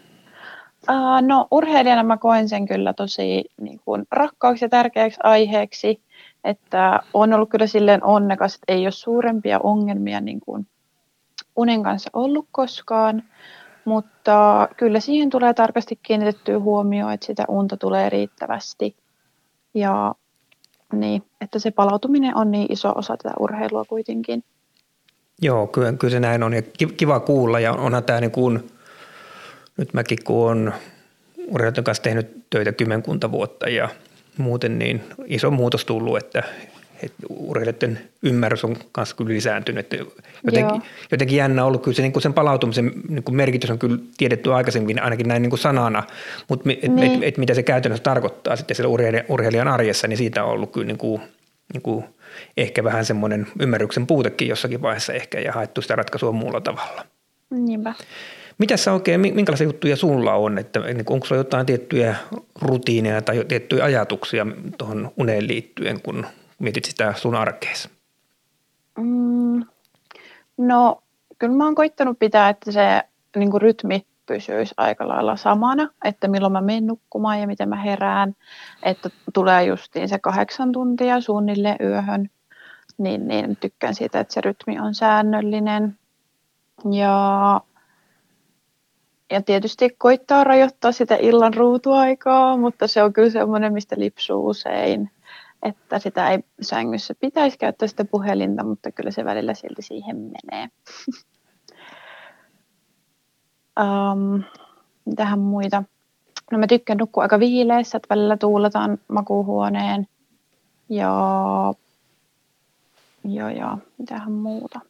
Uh, no urheilijana mä koen sen kyllä tosi niin kuin rakkaaksi ja tärkeäksi aiheeksi, että on ollut kyllä silleen onnekas, että ei ole suurempia ongelmia niin kuin unen kanssa ollut koskaan. Mutta kyllä siihen tulee tarkasti kiinnitettyä huomioon, että sitä unta tulee riittävästi ja niin, että se palautuminen on niin iso osa tätä urheilua kuitenkin. Joo, kyllä, kyllä se näin on ja kiva kuulla ja onhan tämä niin kuin, nyt mäkin kun olen urheilijoiden kanssa tehnyt töitä kymmenkunta vuotta ja muuten niin iso muutos tullut, että että urheilijoiden ymmärrys on kanssa kyllä lisääntynyt. Jotenkin, jotenkin jännä ollut kyllä se, niin kuin sen palautumisen niin kuin merkitys on kyllä tiedetty aikaisemmin ainakin näin niin kuin sanana, mutta niin. et, et, et, mitä se käytännössä tarkoittaa sitten siellä urheilijan, urheilijan arjessa, niin siitä on ollut kyllä niin kuin, niin kuin ehkä vähän semmoinen ymmärryksen puutekin jossakin vaiheessa ehkä ja haettu sitä ratkaisua muulla tavalla. Niinpä. Mitäs sä oikein, minkälaisia juttuja sulla on, että onko sulla jotain tiettyjä rutiineja tai tiettyjä ajatuksia tuohon uneen liittyen, kun mietit sitä sun arkeessa? Mm, no kyllä mä oon koittanut pitää, että se niin kuin rytmi pysyisi aika lailla samana, että milloin mä menen nukkumaan ja miten mä herään, että tulee justiin se kahdeksan tuntia suunnilleen yöhön, niin, niin tykkään siitä, että se rytmi on säännöllinen ja, ja tietysti koittaa rajoittaa sitä illan ruutuaikaa, mutta se on kyllä semmoinen, mistä lipsuu usein. Että sitä ei sängyssä pitäisi käyttää sitä puhelinta, mutta kyllä se välillä silti siihen menee. um, mitähän muita? No mä tykkään nukkua aika viileessä, että välillä tuuletaan makuuhuoneen. Ja, ja, ja mitähän muuta?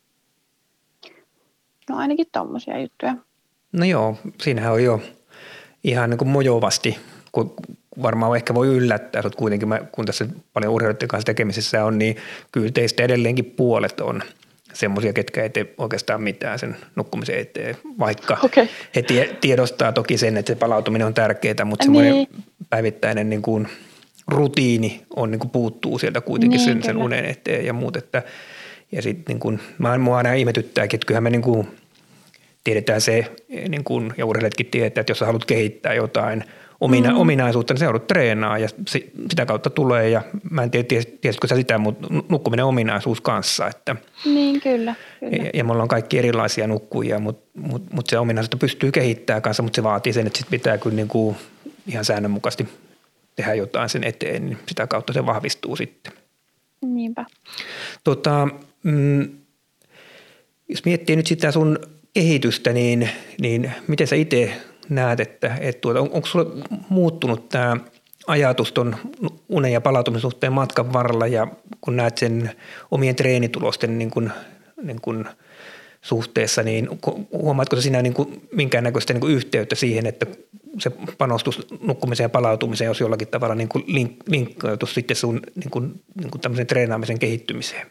No ainakin tommosia juttuja. No joo, siinähän on jo ihan niin kuin mojovasti, kun varmaan ehkä voi yllättää, että kuitenkin mä, kun tässä paljon urheilijoiden kanssa tekemisessä on, niin kyllä teistä edelleenkin puolet on semmoisia, ketkä ei tee oikeastaan mitään sen nukkumisen eteen, vaikka okay. he tie, tiedostaa toki sen, että se palautuminen on tärkeää, mutta semmoinen niin. päivittäinen niin kuin rutiini on, niin kuin puuttuu sieltä kuitenkin niin, sen, sen unen eteen ja muut. Että, ja sitten niin kuin, mä, mua aina ihmetyttääkin, että kyllähän me niin kuin tiedetään se, niin kuin, ja urheilijatkin tietää, että jos sä haluat kehittää jotain omina, mm. ominaisuutta, niin se joudut treenaa ja sitä kautta tulee, ja mä en tiedä, tiesitkö sä sitä, mutta nukkuminen on ominaisuus kanssa. Että, niin, kyllä. kyllä. Ja, ja me ollaan kaikki erilaisia nukkujia, mutta mut, mut se ominaisuutta pystyy kehittämään kanssa, mutta se vaatii sen, että sit pitää kyllä niin kuin ihan säännönmukaisesti tehdä jotain sen eteen, niin sitä kautta se vahvistuu sitten. Niinpä. Tota, mm, jos miettii nyt sitä sun kehitystä, niin, niin miten sä itse näet, että, että tuota, on, onko sulla muuttunut tämä ajatus tuon unen ja palautumisen suhteen matkan varrella ja kun näet sen omien treenitulosten niin kuin, niin kuin suhteessa, niin huomaatko sä sinä niin kuin minkäännäköistä niin kuin yhteyttä siihen, että se panostus nukkumiseen ja palautumiseen olisi jollakin tavalla niin kuin link, linkkautus sitten sun niin kuin, niin kuin tämmöisen treenaamisen kehittymiseen?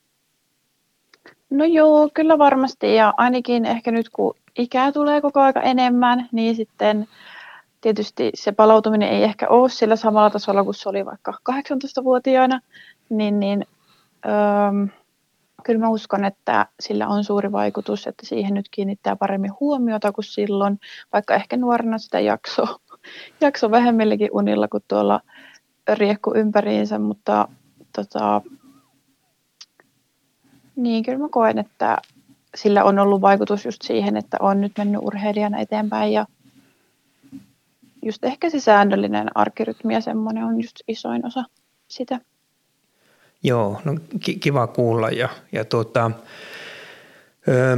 No joo, kyllä varmasti ja ainakin ehkä nyt kun ikää tulee koko aika enemmän, niin sitten tietysti se palautuminen ei ehkä ole sillä samalla tasolla kuin se oli vaikka kahdeksantoistavuotiaana, niin, niin öö, kyllä mä uskon, että sillä on suuri vaikutus, että siihen nyt kiinnittää paremmin huomiota kuin silloin, vaikka ehkä nuorena sitä jakso, jakso vähemmilläkin unilla kuin tuolla riekku ympäriinsä, mutta tota, niin kyllä mä koen, että sillä on ollut vaikutus just siihen, että on nyt mennyt urheilijana eteenpäin ja just ehkä se säännöllinen arkirytmi ja semmoinen on just isoin osa sitä. Joo, no kiva kuulla ja, ja tuota, öö,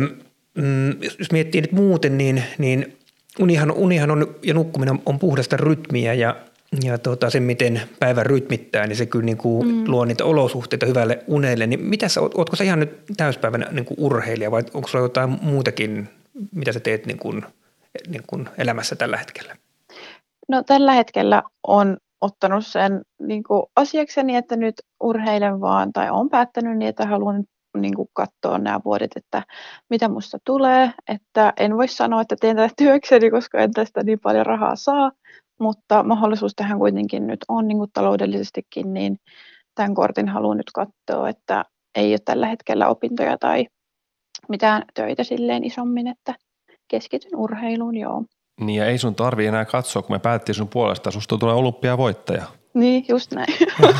jos miettii nyt muuten, niin, niin unihan, unihan on ja nukkuminen on puhdasta rytmiä ja, ja tuota, se miten päivän rytmittää, niin se kyllä niin kuin mm. luo niitä olosuhteita hyvälle unelle. Niin mitä sä, ootko sä ihan nyt täyspäivänä niin kuin urheilija vai onko sulla jotain muutakin, mitä sä teet niin kuin, niin kuin elämässä tällä hetkellä? No tällä hetkellä on ottanut sen niin kuin asiakseni, että nyt urheilen vaan tai olen päättänyt niin, että haluan niin kuin katsoa nämä vuodet, että mitä musta tulee. Että en voi sanoa, että teen tätä työkseni, koska en tästä niin paljon rahaa saa, mutta mahdollisuus tähän kuitenkin nyt on niin kuin taloudellisestikin, niin tämän kortin haluan nyt katsoa, että ei ole tällä hetkellä opintoja tai mitään töitä silleen isommin, että keskityn urheiluun, joo. Niin ja ei sun tarvii enää katsoa, kun me päättiin sun puolesta, susta tulee olympiavoittaja. Niin, just näin.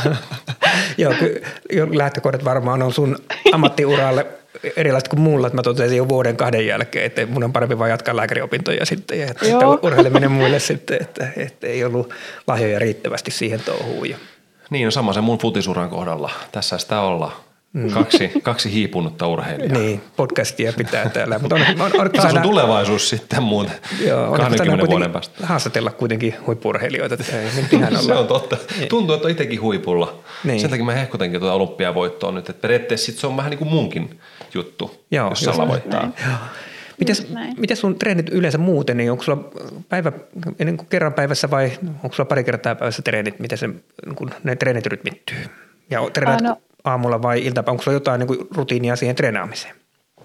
Joo, kyllä lähtökohdat varmaan on sun ammattiuralle erilaiset kuin mulla, että mä totesin jo vuoden kahden jälkeen, että mun on parempi vaan jatkaa lääkäriopintoja sitten ja että urheileminen muille sitten, että, että ei ollut lahjoja riittävästi siihen touhuun. Niin, no sama se mun futisuran kohdalla. Tässä sitä ollaan. Mm. Kaksi, kaksi hiipunutta urheilijaa. Niin, podcastia pitää täällä. Mutta on, on, on, Tämä on sun tulevaisuus sitten muuten kaksikymmentä vuoden päästä. Haastatella kuitenkin huippu-urheilijoita. Se on totta. Tuntuu, että on itsekin huipulla. Niin. Sen takia mä hehkutankin tuota olympiavoittoa nyt. Että periaatteessa se on vähän niin kuin munkin juttu, joo, jos Salla voittaa. Mites, miten sun treenit yleensä muuten, niin onko sulla päivä, niin kuin kerran päivässä vai onko sulla pari kertaa päivässä treenit, miten se, niin ne treenit rytmittyy? Ja treenat no. aamulla vai iltapäivä, onko sulla jotain niin kuin rutiinia siihen treenaamiseen?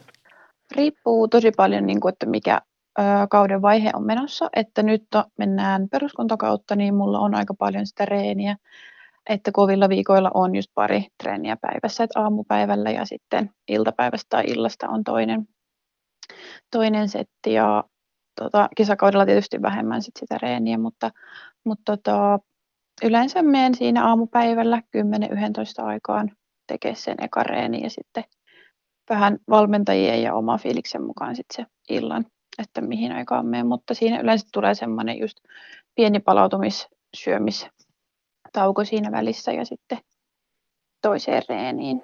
Riippuu tosi paljon, niin kuin, että mikä ö, kauden vaihe on menossa. Että nyt mennään peruskuntakautta, niin mulla on aika paljon sitä reeniä. Että kovilla viikoilla on just pari treeniä päivässä, että aamupäivällä ja sitten iltapäivästä tai illasta on toinen. toinen setti ja tota, kisakaudella tietysti vähemmän sit sitä reeniä, mutta, mutta tota, yleensä menen siinä aamupäivällä kymmenen yksitoista aikaan tekee sen eka reeni ja sitten vähän valmentajien ja oma fiiliksen mukaan sit se illan, että mihin aikaan menen, mutta siinä yleensä tulee semmoinen just pieni palautumis-, syömistauko siinä välissä ja sitten toiseen reeniin.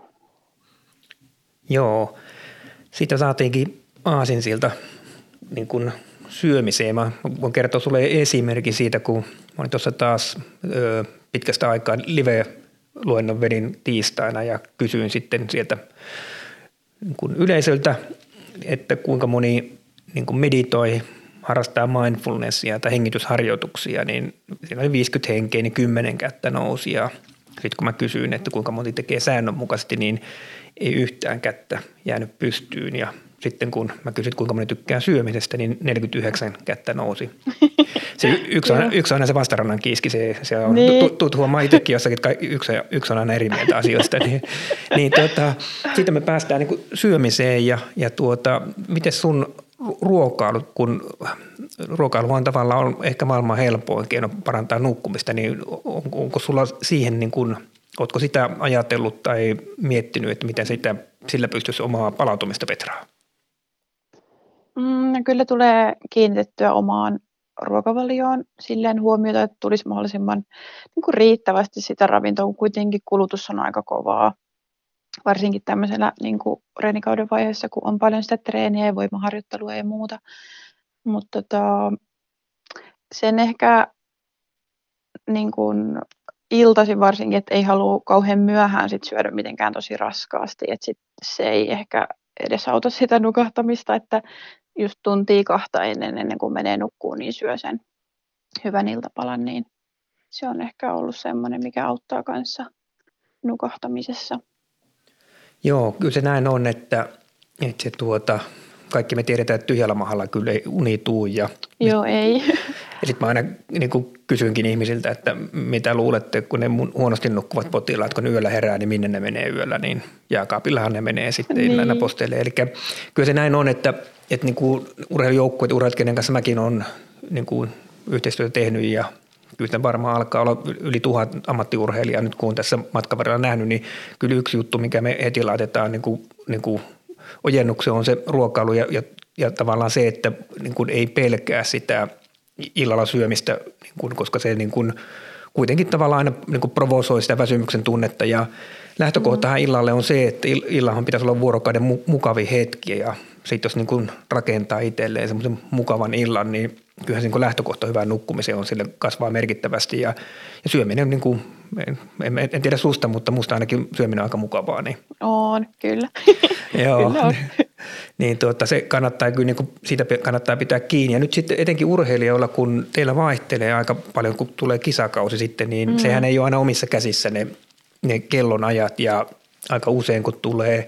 Joo, siitä saatiinkin aasinsilta niin kuin syömiseen. Mä voin kertoa sulle esimerkin siitä, kun mä olin tuossa taas ö, pitkästä aikaa live-luennon vedin tiistaina ja kysyin sitten sieltä niin kuin yleisöltä, että kuinka moni niin kuin meditoi, harrastaa mindfulnessia tai hengitysharjoituksia, niin siinä oli viisikymmentä henkeä, niin kymmenen kättä nousi ja sitten kun mä kysyin, että kuinka moni tekee säännönmukaisesti, niin ei yhtään kättä jäänyt pystyyn ja sitten kun mä kysyin, kuinka moni tykkää syömisestä, niin neljäkymmentäyhdeksän kättä nousi. Se yksi on, yksi on aina se vastarannan kiiski, se, se on, niin. Tuut huomaa itsekin jossakin, että yksi, yksi on aina eri mieltä asioista. niin, niin tuota, siitä me päästään niin kuin syömiseen ja, ja tuota, miten sun ruokailu, kun ruokailu on tavallaan on ehkä maailman helpoin keino parantaa nukkumista, niin on, onko sulla siihen niin kuin, ootko sitä ajatellut tai miettinyt, että miten sitä, sillä pystyisi omaa palautumista petraa? Mm, kyllä tulee kiinnitettyä omaan ruokavalioon silleen huomiota, että tulisi mahdollisimman niin kuin riittävästi sitä ravintoa, kun kuitenkin kulutus on aika kovaa. varsinkin tämmöisellä niin kuin reenikauden vaiheessa, kun on paljon sitä treeniä ja voimaharjoittelua ja muuta. Mutta tota, sen ehkä niin kuin iltaisin varsinkin, että ei halua kauhean myöhään sit syödä mitenkään tosi raskaasti, että sit se ei ehkä edesauta sitä nukahtamista, että just tuntia kahta ennen, ennen kuin menee nukkuun, niin syö sen hyvän iltapalan, niin se on ehkä ollut semmoinen, mikä auttaa kanssa nukahtamisessa. Joo, kyllä se näin on, että, että se tuota, kaikki me tiedetään, että tyhjällä mahalla kyllä ei uni tuu. Ja Joo, ei. Ja sitten mä aina niin kuin kysynkin ihmisiltä, että mitä luulette, kun ne huonosti nukkuvat potilaat, kun ne yöllä herää, niin minne ne menee yöllä, niin jääkaapillahan ne menee sitten niin. Illana posteille. Eli kyllä se näin on, että, että niin kuin urheilujoukkueet, urheilut, kenen kanssa mäkin olen niin kuin yhteistyötä tehnyt ja kyllä varmaan alkaa olla yli tuhat ammattiurheilijaa nyt, kun on tässä matkan varrella nähnyt, niin kyllä yksi juttu, mikä me heti laitetaan niin kuin, niin kuin ojennukseen on se ruokailu ja, ja, ja tavallaan se, että niin kuin ei pelkää sitä illalla syömistä, niin kuin, koska se niin kuin, kuitenkin tavallaan aina niin kuin provosoi sitä väsymyksen tunnetta ja lähtökohtahan illalle on se, että illahan pitäisi olla vuorokauden mukavin hetki ja sitten jos niin kuin rakentaa itselleen semmoisen mukavan illan, niin kyllähän se niin kuin lähtökohta hyvään nukkumiseen on, sille kasvaa merkittävästi ja, ja syöminen, niin kuin, en, en tiedä susta, mutta musta ainakin syöminen on aika mukavaa. Niin. On, kyllä. Joo, kyllä on. niin tuota, se kannattaa kyllä, niin kuin, siitä kannattaa pitää kiinni. Ja nyt sitten etenkin urheilijoilla, kun teillä vaihtelee aika paljon, kun tulee kisakausi sitten, niin mm. sehän ei ole aina omissa käsissä ne, ne kellonajat ja aika usein, kun tulee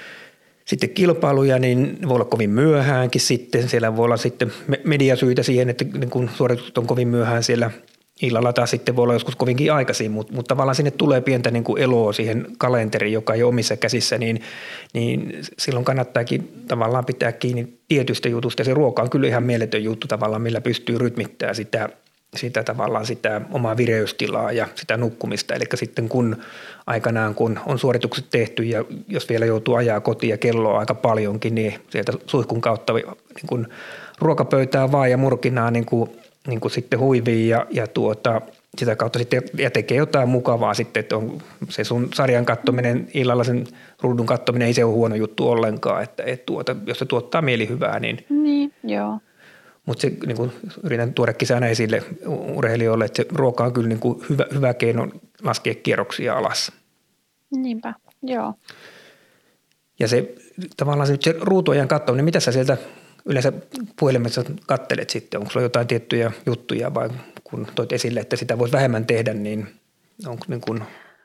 sitten kilpailuja, niin voi olla kovin myöhäänkin sitten. Siellä voi olla sitten mediasyitä siihen, että niin kun suoritukset on kovin myöhään siellä illalla taas sitten voi olla joskus kovinkin aikaisin, mutta, mutta tavallaan sinne tulee pientä niin kuin eloa siihen kalenteriin, joka ei ole omissa käsissä, niin, niin silloin kannattaakin tavallaan pitää kiinni tietystä jutusta. Ja se ruoka on kyllä ihan mieletön juttu tavallaan, millä pystyy rytmittämään sitä, sitä tavallaan sitä omaa vireystilaa ja sitä nukkumista. Eli sitten kun aikanaan, kun on suoritukset tehty ja jos vielä joutuu ajaa kotiin ja kelloa aika paljonkin, niin sieltä suihkun kautta niin kuin ruokapöytää vaan ja murkinaa niin kuin niin kuin sitten huivii ja, ja tuota, sitä kautta sitten ja tekee jotain mukavaa sitten, että on se sun sarjan kattominen, illalla sen ruudun kattominen ei se ole huono juttu ollenkaan, että et tuota, jos se tuottaa mielihyvää, niin, niin joo. Mutta se niin kuin yritän tuoda kisana esille urheilijoille, että se ruoka on kyllä niin kuin hyvä, hyvä keino laskea kierroksia alas. Niinpä, joo. Ja se tavallaan se, se ruutuajan kattominen, mitä sä sieltä yleensä puhelimessa kattelet sitten? Onko sulla jotain tiettyjä juttuja vai kun toit esille, että sitä voisi vähemmän tehdä, niin onko niin kuin...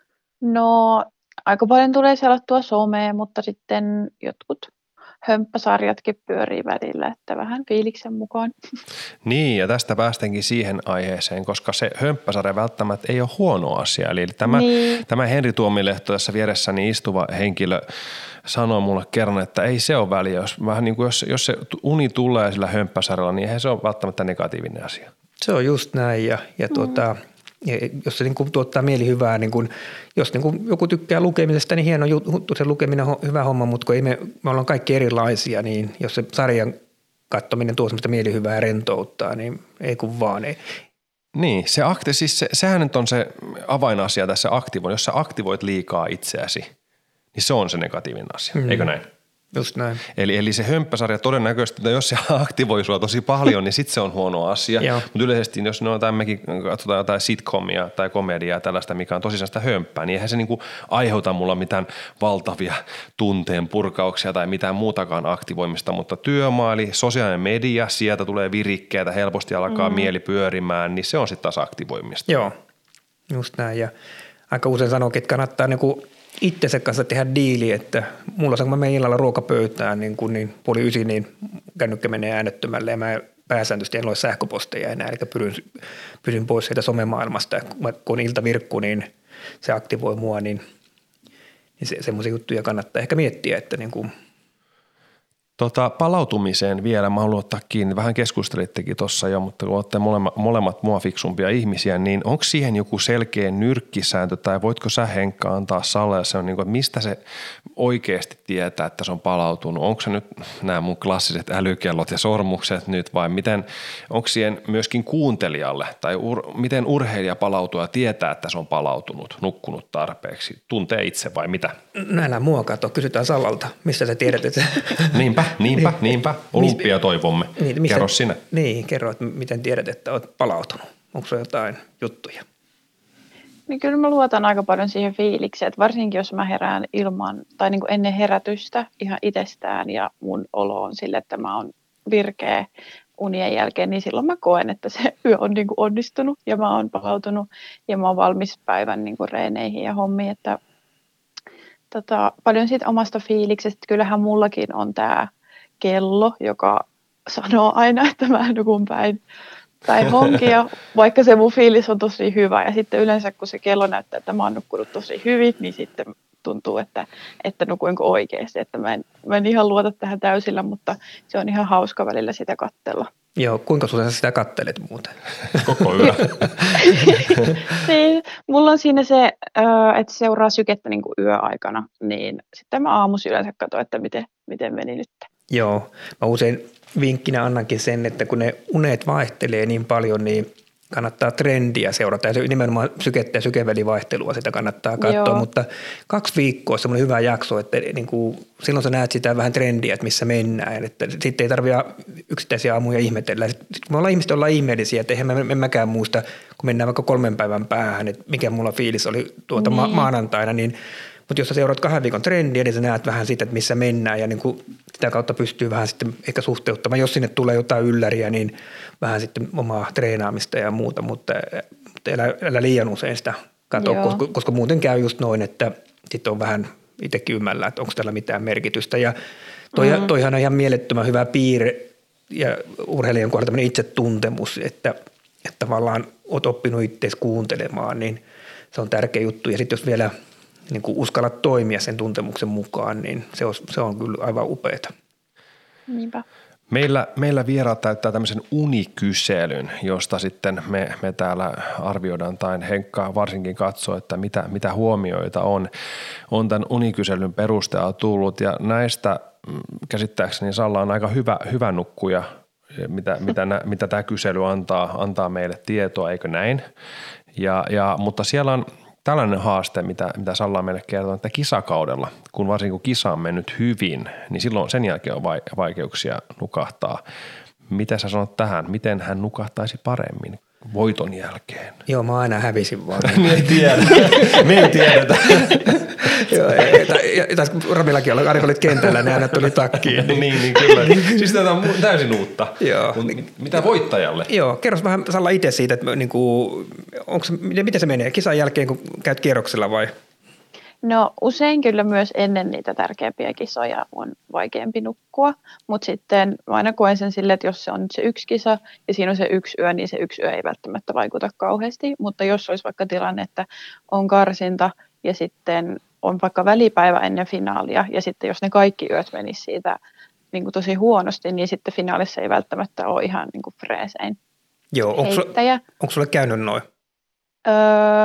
No aika paljon tulee selattua somea, mutta sitten jotkut hömppäsarjatkin pyörii välillä, että vähän fiiliksen mukaan. Niin, ja tästä päästäänkin siihen aiheeseen, koska se hömppäsarja välttämättä ei ole huono asia. Eli tämä, niin. tämä Henri Tuomilehto tässä vieressäni istuva henkilö sanoi mulle kerran, että ei se ole väliä. Jos, vähän niin kuin jos, jos se uni tulee sillä hömppäsarjalla, niin eihän se ole välttämättä negatiivinen asia. Se on just näin, ja, ja mm. tuota... Ja jos se niin kuin tuottaa mielihyvää, niin kuin, jos niin kuin joku tykkää lukemisesta, niin hieno juttu, se lukeminen on hyvä homma, mutta kun ei me, me ollaan kaikki erilaisia, niin jos se sarjan katsominen tuo semmoista mielihyvää ja rentouttaa, niin ei kun vaan. Ei. Niin, se akti, siis se, sehän nyt on se avainasia tässä aktivoin. Jos sä aktivoit liikaa itseäsi, niin se on se negatiivinen asia, mm. eikö näin? Just näin. Eli, eli se hömppäsarja todennäköisesti, että jos se aktivoi sua tosi paljon, niin sitten se on huono asia. Mutta yleisesti, jos no, mekin katsotaan jotain sitcomia tai komediaa tällaista, mikä on tosissaan sitä hömppää, niin eihän se niinku aiheuta mulla mitään valtavia tunteen purkauksia tai mitään muutakaan aktivoimista, mutta työmaa, eli sosiaalinen media, sieltä tulee virikkeitä, helposti alkaa mm. mieli pyörimään, niin se on sitten taas aktivoimista. Joo, just näin. Ja aika usein sanoo, että kannattaa niinku itsensä kanssa tehdä diili, että mulla kun mä menen illalla ruokapöytään niin, kun niin puoli ysi, niin kännykkä menee äänettömälle ja mä pääsääntöisesti en lue sähköposteja enää, eli pyryn, pysyn pois sieltä somemaailmasta. Kun on iltavirkku, niin se aktivoi mua, niin, niin se, semmoisia juttuja kannattaa ehkä miettiä, että niin kuin. Tota, palautumiseen vielä, mä haluan ottaa kiinni, vähän keskustelittekin tuossa jo, mutta kun olette molemmat, molemmat mua fiksumpia ihmisiä, niin onko siihen joku selkeä nyrkkisääntö tai voitko sä Henkka antaa Salle, se on niin kuin, että mistä se oikeasti tietää, että se on palautunut? Onko se nyt nämä mun klassiset älykellot ja sormukset nyt vai miten, onko siihen myöskin kuuntelijalle tai ur, miten urheilija palautuu ja tietää, että se on palautunut, nukkunut tarpeeksi, tuntee itse vai mitä? Näillä mua kato, kysytään Sallalta, mistä sä tiedät, että Niinpä, niinpä, niin, niinpä. Olympia toivomme. Niin, mistä, kerro sinä. Niin, kerro, että miten tiedät, että olet palautunut. Onko se jotain juttuja? Niin kyllä mä luotan aika paljon siihen fiilikseen, että varsinkin jos mä herään ilman tai niin kuin ennen herätystä ihan itsestään ja mun olo on sille, että mä oon virkeä unien jälkeen, niin silloin mä koen, että se yö on niin kuin onnistunut ja mä oon palautunut ja mä oon valmis päivän niin kuin reeneihin ja hommiin, että Tota, paljon siitä omasta fiiliksestä. Kyllähän mullakin on tämä kello, joka sanoo aina, että mä nukun päin, päin honkia, vaikka se mun fiilis on tosi hyvä. Ja sitten yleensä, kun se kello näyttää, että mä oon nukkunut tosi hyvin, niin sitten tuntuu, että, että nukuinko oikeasti. Että mä en, mä en ihan luota tähän täysillä, mutta se on ihan hauska välillä sitä katsella. Joo, kuinka usein sä sitä kattelet muuten? Koko yö. Niin, mulla on siinä se, että seuraa sykettä niin kuin yöaikana, niin sitten mä aamuisin yleensä katson, että miten, miten meni nyt. Joo, mä usein vinkkinä annankin sen, että kun ne unet vaihtelee niin paljon, niin kannattaa trendiä seurata ja nimenomaan sykettä ja sykevälivaihtelua sitä kannattaa katsoa, Joo. mutta kaksi viikkoa on semmoinen hyvä jakso, että niin kuin, silloin sä näet sitä vähän trendiä, että missä mennään, että sitten ei tarvitse yksittäisiä aamuja ihmetellä. Sitten, kun me ollaan ihmiset ollaan ihmeellisiä, että eihän mä, en mäkään muista, kun mennään vaikka kolmen päivän päähän, että mikä mulla fiilis oli tuota niin. ma- maanantaina, niin mutta jos sä seuraat kahden viikon trendiä, niin sä näet vähän siitä, että missä mennään ja niin kuin sitä kautta pystyy vähän sitten ehkä suhteuttamaan. Jos sinne tulee jotain ylläriä, niin vähän sitten omaa treenaamista ja muuta, mutta, mutta älä, älä liian usein sitä katsoa, koska, koska muuten käy just noin, että sitten on vähän itsekin ymmällä, että onko tällä mitään merkitystä. Ja toi, mm-hmm. toihan on ihan mielettömän hyvä piirre ja urheilijan kohdalla tämmöinen itsetuntemus, että, että tavallaan oot oppinut itseäsi kuuntelemaan, niin se on tärkeä juttu. Ja sitten jos vielä niin kuin uskalla toimia sen tuntemuksen mukaan, niin se on, se on kyllä aivan upeata. Niinpä. Meillä, meillä vieraat täyttää tämmöisen unikyselyn, josta sitten me, me täällä arvioidaan tai Henkka varsinkin katsoo, että mitä, mitä huomioita on, on tämän unikyselyn perusteella tullut ja näistä käsittääkseni Salla on aika hyvä, hyvä nukkuja, mitä, mitä, nä, mitä tämä kysely antaa, antaa meille tietoa, eikö näin? Ja, ja, mutta siellä on tällainen haaste, mitä, mitä Salla on meille kertoo, että kisakaudella, kun varsinkin kun kisa on mennyt hyvin, niin silloin sen jälkeen on vaikeuksia nukahtaa. Mitä sä sanot tähän? Miten hän nukahtaisi paremmin voiton jälkeen? Joo, mä aina hävisin vaan. Me ei tiedä. Me ei tiedetä. Joo, taas Ramillakin olla, aina olit kentällä, ne aina tuli takkiin. niin, niin kyllä. Siis tätä on täysin uutta. Joo. Mitä voittajalle? Joo, kerros vähän Salla itse siitä, että niin kuin, onko, miten se menee kisan jälkeen, kun käyt kierroksella vai? No usein kyllä myös ennen niitä tärkeämpiä kisoja on vaikeampi nukkua, mutta sitten mä aina koen sen silleen, että jos se on nyt se yksi kisa ja siinä on se yksi yö, niin se yksi yö ei välttämättä vaikuta kauheasti, mutta jos olisi vaikka tilanne, että on karsinta ja sitten on vaikka välipäivä ennen finaalia ja sitten jos ne kaikki yöt menis siitä niin kuin tosi huonosti, niin sitten finaalissa ei välttämättä ole ihan niin kuin freesein. Joo, onko sulle, onko sulle käynyt noin? Öö,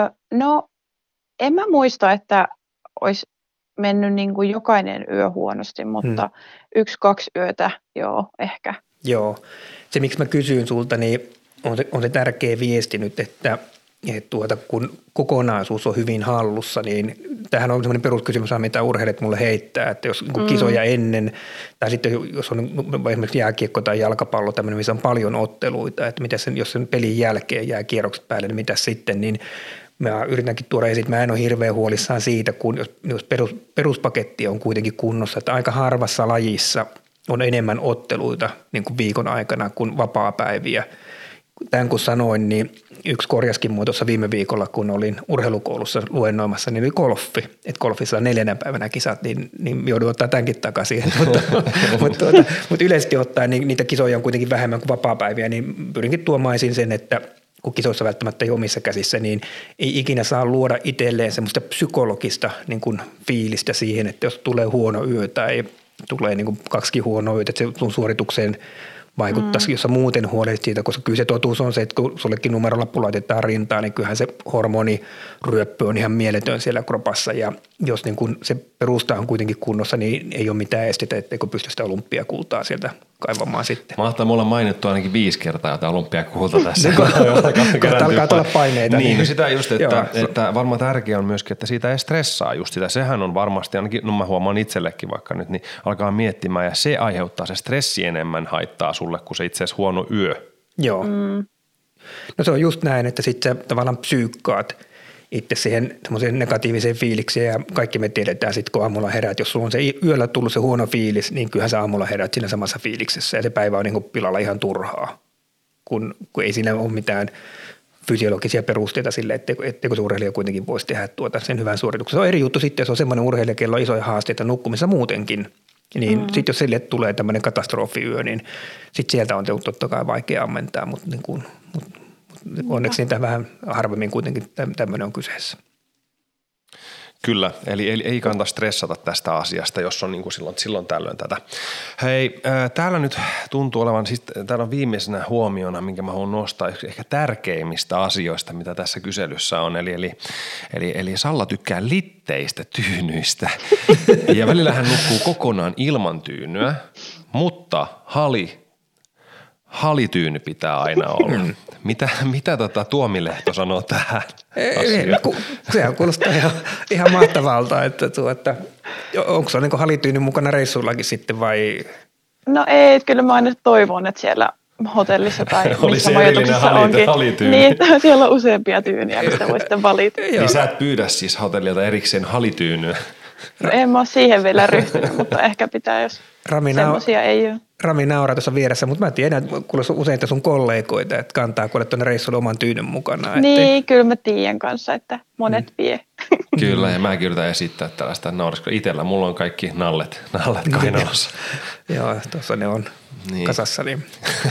no en mä muista, että olisi mennyt niin kuin jokainen yö huonosti, mutta hmm. yksi, kaksi yötä, joo, ehkä. Joo. Se, miksi mä kysyin sulta, niin on se, on se tärkeä viesti nyt, että, että tuota, kun kokonaisuus on hyvin hallussa, niin tämähän on sellainen peruskysymys, mitä urheilijat mulle heittää, että jos mm. kisoja ennen, tai sitten jos on esimerkiksi jääkiekko tai jalkapallo, tämmöinen, missä on paljon otteluita, että mitä sen, jos sen pelin jälkeen jää kierrokset päälle, niin mitä sitten, niin mä yritänkin tuoda esiin, että mä en ole hirveän huolissaan siitä, kun jos, jos perus, peruspaketti on kuitenkin kunnossa, että aika harvassa lajissa on enemmän otteluita niin kuin viikon aikana kuin vapaapäiviä. Tämän kun sanoin, niin yksi korjaskin mua tuossa viime viikolla, kun olin urheilukoulussa luennoimassa, niin oli golfi. Että golfissa on neljänä päivänä kisat, niin, niin joudun ottaa tämänkin takaisin. mutta, mutta, tuota, mutta yleisesti ottaen niin niitä kisoja on kuitenkin vähemmän kuin vapaapäiviä, niin pyrinkin tuomaan esiin sen, että kun kisoissa välttämättä ei omissa käsissä, niin ei ikinä saa luoda itselleen semmoista psykologista niin kuin fiilistä siihen, että jos tulee huono yö tai, tulee niin kuin kaksikin huonoa yötä, että se sun suoritukseen vaikuttaisi, mm. jos sä muuten huolehdit siitä, koska kyllä se totuus on se, että kun sullekin numerolappu laitetaan rintaan, niin kyllähän se hormoniryöppy on ihan mieletön siellä kropassa ja jos niin kun se perusta on kuitenkin kunnossa, niin ei ole mitään estetä, etteikö pysty sitä olympiakultaa sieltä kaivamaan sitten. Mahtaa mulla mainittu ainakin viisi kertaa jotain olympiakulta tässä. Kohta alkaa tulla paineita. Niin, niin sitä just, että, että varmaan tärkeää on myöskin, että siitä ei stressaa just sitä. Sehän on varmasti, ainakin no mä huomaan itsellekin vaikka nyt, niin alkaa miettimään ja se aiheuttaa se stressi enemmän haittaa sulle kuin se itse asiassa huono yö. Joo. Mm. No se on just näin, että sitten sä tavallaan psyykkaat itse siihen semmoiseen negatiiviseen fiilikseen ja kaikki me tiedetään sitten, kun aamulla herät. Jos sulla on se yöllä tullut se huono fiilis, niin kyllähän sä aamulla herät siinä samassa fiiliksessä ja se päivä on niin kuin pilalla ihan turhaa, kun, kun ei siinä ole mitään fysiologisia perusteita sille, etteikö, etteikö se urheilija kuitenkin voisi tehdä tuota sen hyvän suorituksen. Se on eri juttu sitten, jos on semmoinen urheilija, kello on isoja haasteita nukkumissa muutenkin. Niin mm. sitten jos sille tulee tämmöinen katastrofiyö, niin sitten sieltä on totta kai vaikea ammentaa, mutta niin kuin, mut, onneksi niitä vähän harvemmin kuitenkin tämmöinen on kyseessä. Kyllä, eli ei, ei kannata stressata tästä asiasta, jos on niin kuin silloin, silloin tällöin tätä. Hei, ää, täällä nyt tuntuu olevan, siis täällä on viimeisenä huomiona, minkä mä haluan nostaa ehkä tärkeimmistä asioista, mitä tässä kyselyssä on. Eli, eli, eli, eli Salla tykkää litteistä tyynyistä ja välillä hän nukkuu kokonaan ilman tyynyä, mutta hali, halityyny pitää aina olla. Mitä, mitä tota Tuomilehto sanoo tähän asiaan? Ku, sehän kuulostaa ihan, ihan mahtavalta, että tuota, onko se niin kuin halityyny mukana reissullakin sitten vai? No ei, kyllä mä aina toivon, että siellä hotellissa tai missä majoituksessa onkin. Halityyny. Niin, siellä on useampia tyyniä, mistä voi sitten valita. Niin sä et pyydä siis hotellilta erikseen halityynyä? No en mä ole siihen vielä ryhtynyt, mutta ehkä pitää, jos Rami semmoisia ei ole. Rami nauraa tuossa vieressä, mutta mä tiedän, että kuule usein sun kollegoita, että kantaa kuule tuonne reissulle oman tyynyn mukana. Niin, ettei... kyllä mä tiedän kanssa, että monet mm. vie. Kyllä, ja mäkin yritän esittää tällaista nauriskoa. Itsellä mulla on kaikki nallet, nallet kainalossa. Joo, tuossa ne on niin. kasassa. Niin.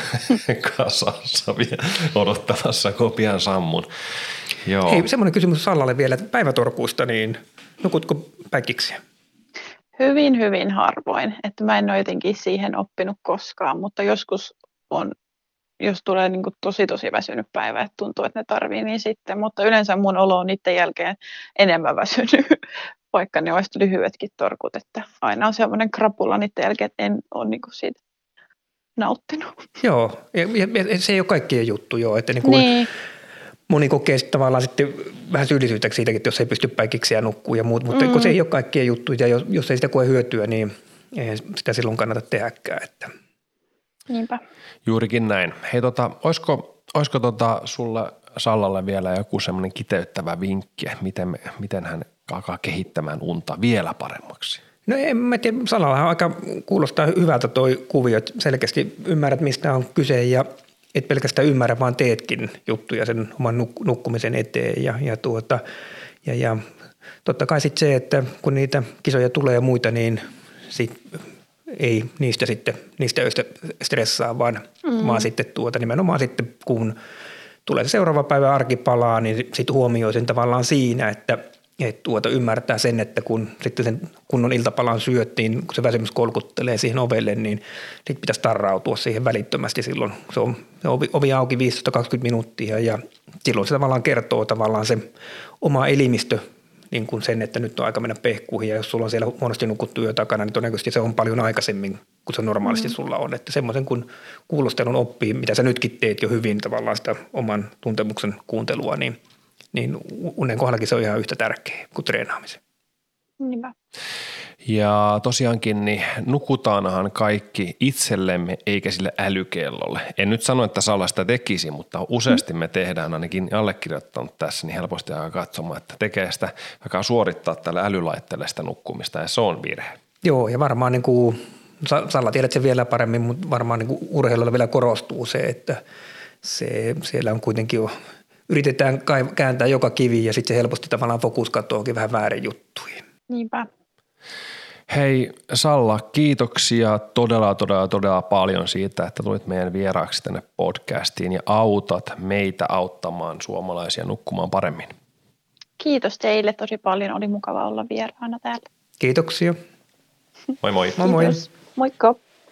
kasassa vielä odottamassa, kun pian sammun. Joo. Hei, semmoinen kysymys Sallalle vielä, että päivätorkuista, niin nukutko päikiksi? Hyvin, hyvin harvoin. Että mä en ole jotenkin siihen oppinut koskaan, mutta joskus on, jos tulee niin kuin tosi tosi väsynyt päivä, että tuntuu, että ne tarvii, niin sitten. Mutta yleensä mun olo on niiden jälkeen enemmän väsynyt, vaikka ne olisi lyhyetkin torkut. Että aina on semmoinen krapula niiden jälkeen, että en ole niin kuin siitä nauttinut. Joo, ja, ja se ei ole kaikkien juttu, joo. Että niin kuin niin. Moni kokee tavallaan sitten vähän syyllisyyttä siitäkin, että jos ei pysty päikiksi ja nukkuu ja muut, mutta mm. kun se ei ole kaikkien juttu ja jos, jos ei sitä koe hyötyä, niin ei sitä silloin kannata tehdäkään. Että. Niinpä. Juurikin näin. Hei tota, olisiko, olisiko tota sulle Sallalle vielä joku semmoinen kiteyttävä vinkki, miten, me, miten hän alkaa kehittämään unta vielä paremmaksi? No en mä tiedä, Sallallahan aika kuulostaa hyvältä toi kuvio, että selkeästi ymmärrät mistä on kyse ja et pelkästään ymmärrä, vaan teetkin juttuja sen oman nuk- nukkumisen eteen ja, ja, tuota, ja, ja totta kai sitten se, että kun niitä kisoja tulee ja muita, niin sit ei niistä sitten, niistä öistä stressaa, vaan, mm. vaan sitten tuota, nimenomaan sitten kun tulee se seuraava päivä arki palaa, niin sitten huomioi sen tavallaan siinä, että et tuota ymmärtää sen, että kun sitten sen kunnon iltapalan syöt, niin kun se väsymys kolkuttelee siihen ovelle, niin sitten pitäisi tarrautua siihen välittömästi silloin. Se on se ovi, ovi auki viisitoista kaksikymmentä minuuttia ja silloin se tavallaan kertoo tavallaan se oma elimistö niin kuin sen, että nyt on aika mennä pehkuihin ja jos sulla on siellä huonosti nukuttu yö takana, niin todennäköisesti se on paljon aikaisemmin kuin se normaalisti mm. sulla on. Että semmoisen kun kuulostelun oppii, mitä sä nytkin teet jo hyvin tavallaan sitä oman tuntemuksen kuuntelua, niin niin unen kohdallakin se on ihan yhtä tärkeä kuin treenaamisen. Niinpä. Ja tosiaankin niin nukutaanhan kaikki itsellemme eikä sille älykellolle. En nyt sano, että Salla sitä tekisi, mutta useasti me tehdään ainakin allekirjoittanut tässä, niin helposti aika katsomaan, että tekee sitä, vaikka suorittaa tällä älylaitteelle sitä nukkumista ja se on virhe. Joo ja varmaan niin kuin, Salla tiedät sen vielä paremmin, mutta varmaan niin kuin urheilulla vielä korostuu se, että se, siellä on kuitenkin jo yritetään kääntää joka kivi ja sitten se helposti tavallaan fokus katoakin vähän väärin juttuihin. Niinpä. Hei Salla, kiitoksia todella, todella, todella paljon siitä, että tulit meidän vieraaksi tänne podcastiin ja autat meitä auttamaan suomalaisia nukkumaan paremmin. Kiitos teille tosi paljon, oli mukava olla vieraana täällä. Kiitoksia. Moi moi. Moi moi. Moikka.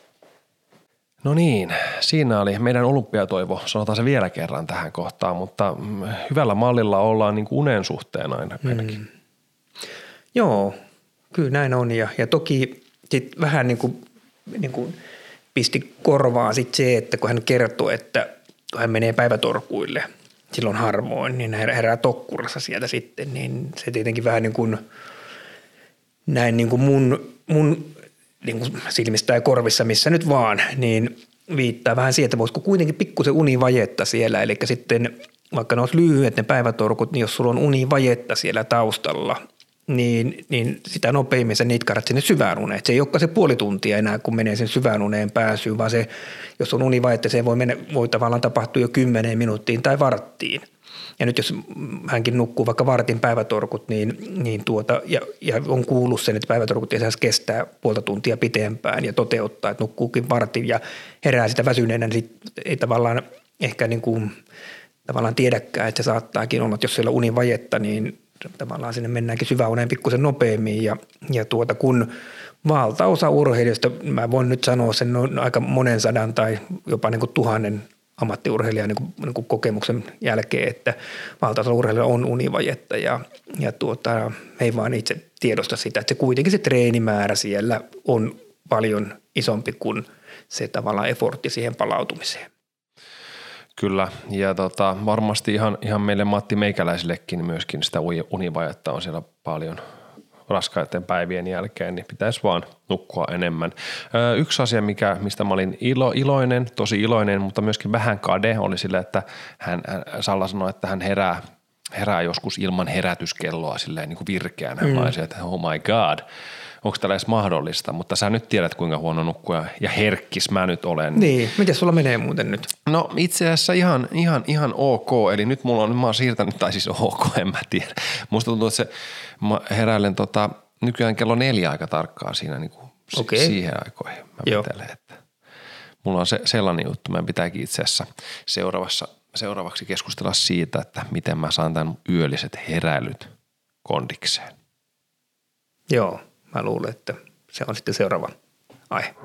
No niin, siinä oli meidän olympiatoivo, sanotaan se vielä kerran tähän kohtaan, mutta hyvällä mallilla ollaan niin kuin unen suhteen aina ainakin. Mm. Joo, kyllä näin on ja, ja toki sit vähän niin kuin, niin kuin pisti korvaa sit se, että kun hän kertoo, että kun hän menee päivätorkuille silloin harvoin, niin hän herää tokkurassa sieltä sitten, niin se tietenkin vähän niin kuin näin niin kuin mun, mun niin kuin silmistä ja korvissa, missä nyt vaan, niin viittaa vähän siihen, että voisiko kuitenkin pikkusen univajetta siellä, eli sitten vaikka ne olisi lyhyet ne päivätorkut, niin jos sulla on univajetta siellä taustalla, niin, niin sitä nopeimmin sä nitkarat sinne syvään uneen. Et se ei olekaan se puoli tuntia enää, kun menee sen syvään uneen pääsyyn, vaan se, jos on univajetta, se voi, mennä, voi tavallaan tapahtua jo kymmeneen minuuttiin tai varttiin. Ja nyt jos hänkin nukkuu vaikka vartin päivätorkut, niin, niin tuota, ja, ja on kuullut sen, että päivätorkut ei saisi kestää puolta tuntia pitempään ja toteuttaa, että nukkuukin vartin ja herää sitä väsyneenä, niin ei tavallaan ehkä niin kuin, tavallaan tiedäkään, että se saattaakin olla, että jos siellä on univajetta, niin tavallaan sinne mennäänkin syväuneen pikkusen nopeammin ja, ja tuota, kun valtaosa urheilijoista, mä voin nyt sanoa sen no, aika monen sadan tai jopa niin kuin tuhannen ammattiurheilijan niin kuin, niin kuin kokemuksen jälkeen, että valtaosa urheilijoilla on univajetta ja, ja tuota, he ei vaan itse tiedosta sitä, että se kuitenkin se treenimäärä siellä on paljon isompi kuin se tavallaan effortti siihen palautumiseen. Kyllä, ja tota, varmasti ihan, ihan meille Matti Meikäläisillekin myöskin sitä univajetta on siellä paljon raskaiden päivien jälkeen, niin pitäisi vaan nukkua enemmän. Ö, yksi asia, mikä, mistä mä olin ilo, iloinen, tosi iloinen, mutta myöskin vähän kade, oli sille, että hän, hän Salla sanoi, että hän herää, herää joskus ilman herätyskelloa silleen niin kuin virkeänä. Mm. Mä olisin, että oh my god, onko tällä edes mahdollista, mutta sä nyt tiedät, kuinka huono nukkuja ja herkkis mä nyt olen. Niin, miten sulla menee muuten nyt? No itse asiassa ihan, ihan, ihan ok, eli nyt mulla on, mä oon siirtänyt, tai siis ok, en mä tiedä. Musta tuntuu, että se, mä heräilen tota, nykyään kello neljä aika tarkkaan siinä niin kuin okay. siihen aikoihin. Mä pitelen, että mulla on se, sellainen juttu, meidän pitääkin itse asiassa seuraavassa, seuraavaksi keskustella siitä, että miten mä saan tämän yölliset heräilyt kondikseen. Joo. Mä luulen, että se on sitten seuraava aihe.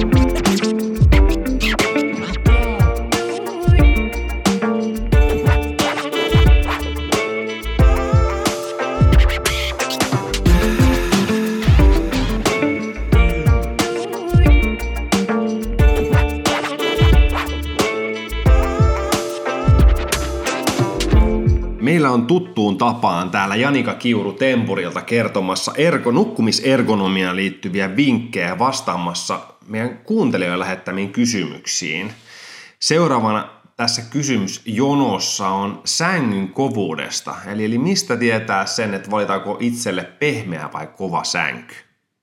Meillä on tuttuun tapaan täällä Janika Kiuru Tempurilta kertomassa ergo, nukkumisergonomiaan liittyviä vinkkejä vastaamassa meidän kuuntelijoiden lähettämiin kysymyksiin. Seuraavana tässä kysymysjonossa on sängyn kovuudesta. Eli, eli mistä tietää sen, että valitaanko itselle pehmeä vai kova sänky?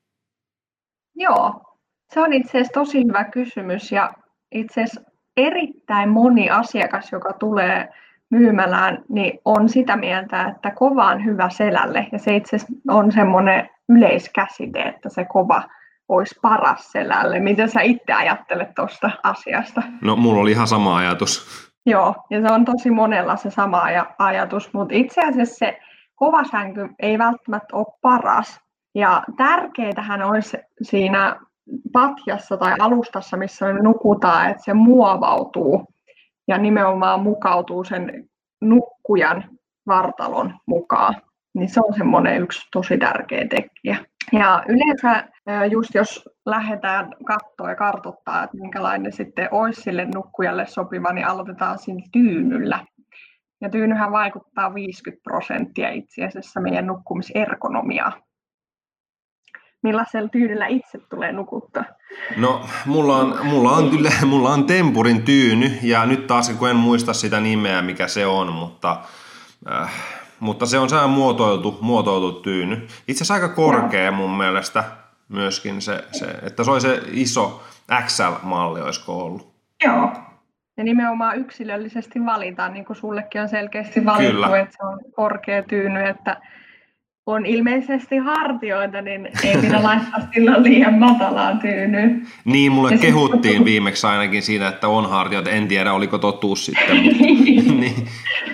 Joo, se on itse asiassa tosi hyvä kysymys ja itse asiassa erittäin moni asiakas, joka tulee myymälään, niin on sitä mieltä, että kova on hyvä selälle. Ja se itse asiassa on semmoinen yleiskäsite, että se kova olisi paras selälle. Miten sä itse ajattelet tuosta asiasta? No, mulla oli ihan sama ajatus. Joo, ja se on tosi monella se sama ajatus, mutta itse asiassa se kova sänky ei välttämättä ole paras. Ja tärkeintähän olisi siinä patjassa tai alustassa, missä me nukutaan, että se muovautuu. Ja nimenomaan mukautuu sen nukkujan vartalon mukaan. Niin se on semmoinen yksi tosi tärkeä tekijä. Ja yleensä just jos lähdetään katsoa ja kartoittaa, että minkälainen sitten olisi sille nukkujalle sopiva, niin aloitetaan sillä tyynyllä. Ja tyynyhän vaikuttaa viisikymmentä prosenttia itse asiassa meidän nukkumisergonomiaan. Millaisella tyynyllä itse tulee nukuttaa? No, mulla on, mulla on kyllä, mulla on Tempurin tyyny, ja nyt taas kun en muista sitä nimeä, mikä se on, mutta, äh, mutta se on sehän muotoiltu, muotoiltu tyyny. Itse asiassa aika korkea mun mielestä myöskin se, se että se oli se iso X L-malli, olisiko ollut. Joo, ja nimenomaan yksilöllisesti valitaan, niin kuin sullekin on selkeästi valittu, kyllä, että se on korkea tyyny, että on ilmeisesti hartioita, niin ei pidä laittaa silloin liian matalaan tyynyyn. Niin, mulle ja kehuttiin sit viimeksi ainakin siinä, että on hartioita. En tiedä, oliko totuus sitten. Mutta, niin.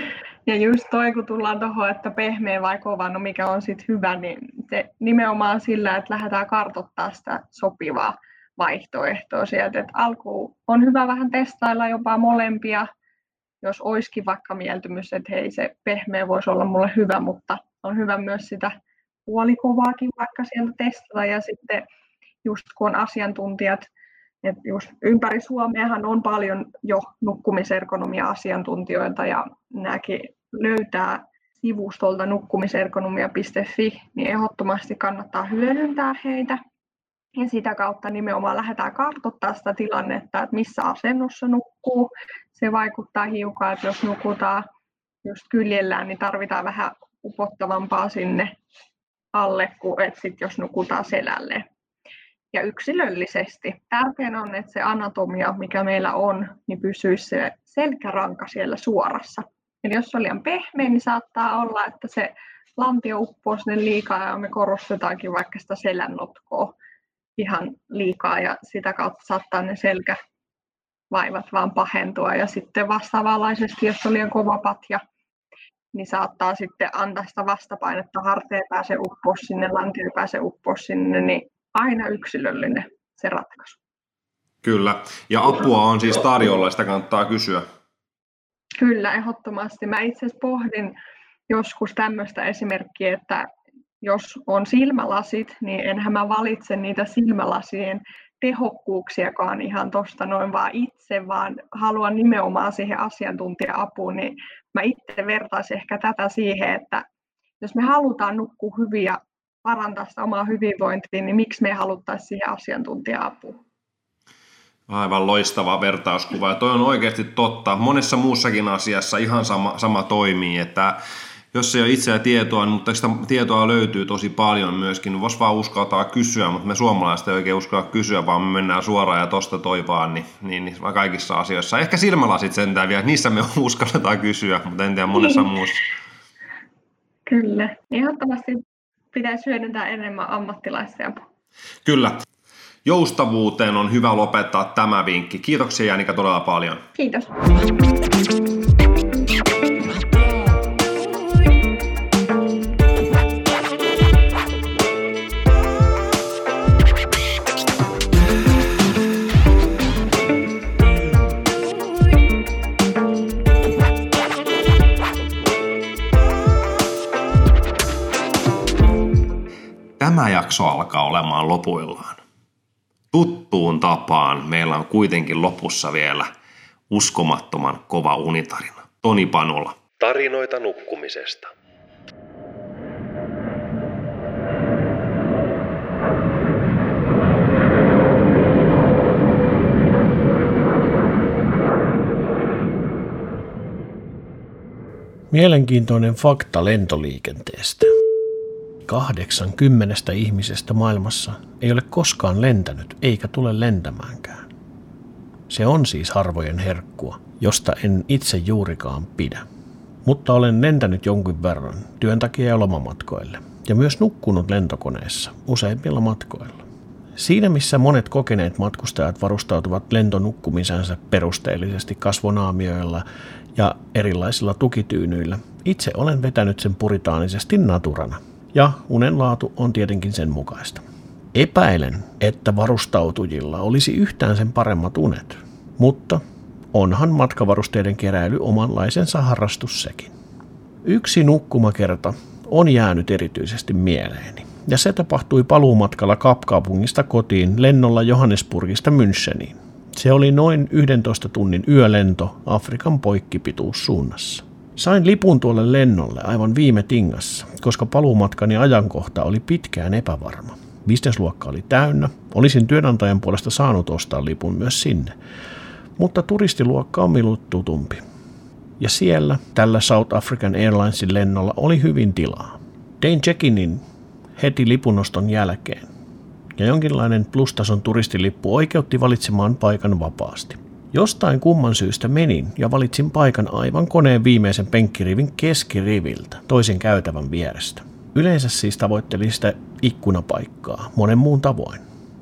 Ja just toi, kun tullaan tuohon, että pehmeä vai kova, no mikä on sitten hyvä, niin se nimenomaan sillä, että lähdetään kartoittamaan sitä sopivaa vaihtoehtoa sieltä. Et alkuun on hyvä vähän testailla jopa molempia, jos olisikin vaikka mieltymys, että hei, se pehmeä voisi olla mulle hyvä, mutta on hyvä myös sitä puolikovaakin vaikka sieltä testata. Ja sitten just kun on asiantuntijat, että just ympäri Suomeahan on paljon jo nukkumisergonomia-asiantuntijoita ja nämäkin löytää sivustolta nukkumisergonomia piste fi, niin ehdottomasti kannattaa hyödyntää heitä. Ja sitä kautta nimenomaan lähdetään kartoittamaan sitä tilannetta, että missä asennossa nukkuu. Se vaikuttaa hiukan, että jos nukutaan just kyljellään, niin tarvitaan vähän upottavampaa sinne alle kuin että sit jos nukutaan selälleen. Ja yksilöllisesti. Tärkeää on, että se anatomia, mikä meillä on, niin pysyisi se selkäranka siellä suorassa. Eli jos se on liian pehmeä, niin saattaa olla, että se lantio uppoo sinne liikaa ja me korostetaankin vaikka sitä selän-notkoa ihan liikaa ja sitä kautta saattaa ne selkävaivat vaan pahentua. Ja sitten vastaavanlaisesti, jos on liian kova patja, niin saattaa sitten antaa sitä vastapainetta, harteja pääsee uppoa sinne, lantio pääsee uppoa sinne, niin aina yksilöllinen se ratkaisu. Kyllä, ja apua on siis tarjolla, sitä kannattaa kysyä. Kyllä, ehdottomasti. Mä itse asiassa pohdin joskus tämmöistä esimerkkiä, että jos on silmälasit, niin enhän mä valitse niitä silmälasien tehokkuuksiakaan ihan tuosta noin vaan itse, vaan haluan nimenomaan siihen asiantuntija-apuun, niin mä itse vertaisin ehkä tätä siihen, että jos me halutaan nukkua hyvin ja parantaa sitä omaa hyvinvointia, niin miksi me haluttaisiin siihen asiantuntija-apuun? Aivan loistava vertauskuva. Ja toi on oikeasti totta. Monessa muussakin asiassa ihan sama, sama toimii, että jos ei ole itseä tietoa, mutta sitä tietoa löytyy tosi paljon myöskin, niin voisi vaan uskaltaa kysyä, mutta me suomalaiset ei oikein uskalla kysyä, vaan me mennään suoraan ja tosta toi vaan, niin, niin, niin kaikissa asioissa. Ehkä silmälasit sentään vielä, niissä me uskalletaan kysyä, mutta en tiedä monessa muussa. Kyllä, ehdottomasti pitäisi hyödyntää enemmän ammattilaisia. Kyllä. Joustavuuteen on hyvä lopettaa tämä vinkki. Kiitoksia Janika todella paljon. Kiitos. Tämä jakso alkaa olemaan lopuillaan. Tuttuun tapaan meillä on kuitenkin lopussa vielä uskomattoman kova unitarina. Toni Panula. Tarinoita nukkumisesta. Mielenkiintoinen fakta lentoliikenteestä. Kahdeksankymmenestä ihmisestä maailmassa ei ole koskaan lentänyt eikä tule lentämäänkään. Se on siis harvojen herkkua, josta en itse juurikaan pidä. Mutta olen lentänyt jonkin verran työn takia ja lomamatkoille ja myös nukkunut lentokoneessa useimmilla matkoilla. Siinä missä monet kokeneet matkustajat varustautuvat lentonukkumisensa perusteellisesti kasvonaamioilla ja erilaisilla tukityynyillä, itse olen vetänyt sen puritaanisesti naturana. Ja unen laatu on tietenkin sen mukaista. Epäilen, että varustautujilla olisi yhtään sen paremmat unet, mutta onhan matkavarusteiden keräily omanlaisensa harrastus sekin. Yksi nukkumakerta on jäänyt erityisesti mieleeni, ja se tapahtui paluumatkalla Kapkaupungista kotiin lennolla Johannesburgista Müncheniin. Se oli noin yhdentoista tunnin yölento Afrikan poikkipituussuunnassa. Sain lipun tuolle lennolle aivan viime tingassa, koska paluumatkani ajankohta oli pitkään epävarma. Businessluokka oli täynnä, olisin työnantajan puolesta saanut ostaa lipun myös sinne, mutta turistiluokka on minulle tutumpi. Ja siellä, tällä South African Airlinesin lennolla oli hyvin tilaa. Tein check-inin heti lipunoston jälkeen, ja jonkinlainen plustason turistilippu oikeutti valitsemaan paikan vapaasti. Jostain kumman syystä menin ja valitsin paikan aivan koneen viimeisen penkkirivin keskiriviltä, toisen käytävän vierestä. Yleensä siis tavoittelin sitä ikkunapaikkaa monen muun tavoin.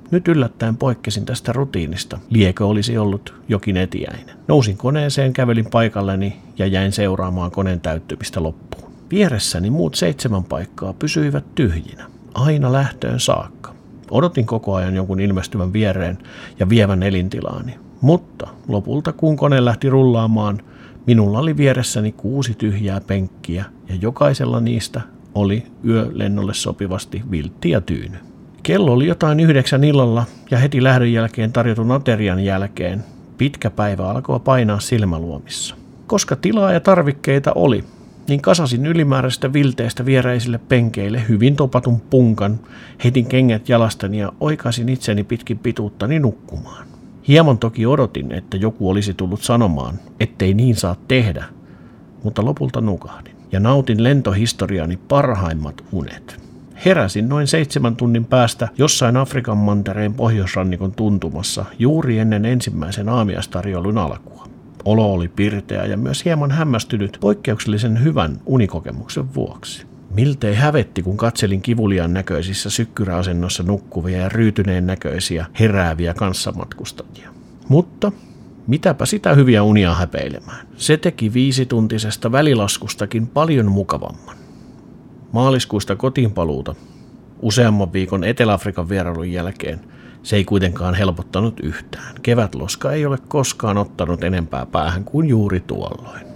Nyt yllättäen poikkesin tästä rutiinista. Liekö olisi ollut jokin etiäinen. Nousin koneeseen, kävelin paikalleni ja jäin seuraamaan koneen täyttymistä loppuun. Vieressäni muut seitsemän paikkaa pysyivät tyhjinä, aina lähtöön saakka. Odotin koko ajan jonkun ilmestyvän viereen ja vievän elintilaani. Mutta lopulta kun kone lähti rullaamaan, minulla oli vieressäni kuusi tyhjää penkkiä ja jokaisella niistä oli yölennolle sopivasti viltti ja tyyny. Kello oli jotain yhdeksän illalla ja heti lähdön jälkeen tarjotun aterian jälkeen pitkä päivä alkoi painaa silmäluomissa. Koska tilaa ja tarvikkeita oli, niin kasasin ylimääräistä vilteistä viereisille penkeille hyvin topatun punkan, heitin kengät jalastani ja oikaisin itseni pitkin pituuttani nukkumaan. Hieman toki odotin, että joku olisi tullut sanomaan, ettei niin saa tehdä, mutta lopulta nukahdin ja nautin lentohistoriani parhaimmat unet. Heräsin noin seitsemän tunnin päästä jossain Afrikan mantereen pohjoisrannikon tuntumassa juuri ennen ensimmäisen aamiaistarjoilun alkua. Olo oli pirteä ja myös hieman hämmästynyt poikkeuksellisen hyvän unikokemuksen vuoksi. Miltei hävetti, kun katselin kivuliaan näköisissä sykkyräasennossa nukkuvia ja ryytyneen näköisiä herääviä kanssamatkustajia. Mutta mitäpä sitä hyviä unia häpeilemään. Se teki viisituntisesta välilaskustakin paljon mukavamman. Maaliskuusta kotiinpaluuta useamman viikon Etelä-Afrikan vierailun jälkeen se ei kuitenkaan helpottanut yhtään. Kevätloska ei ole koskaan ottanut enempää päähän kuin juuri tuolloin.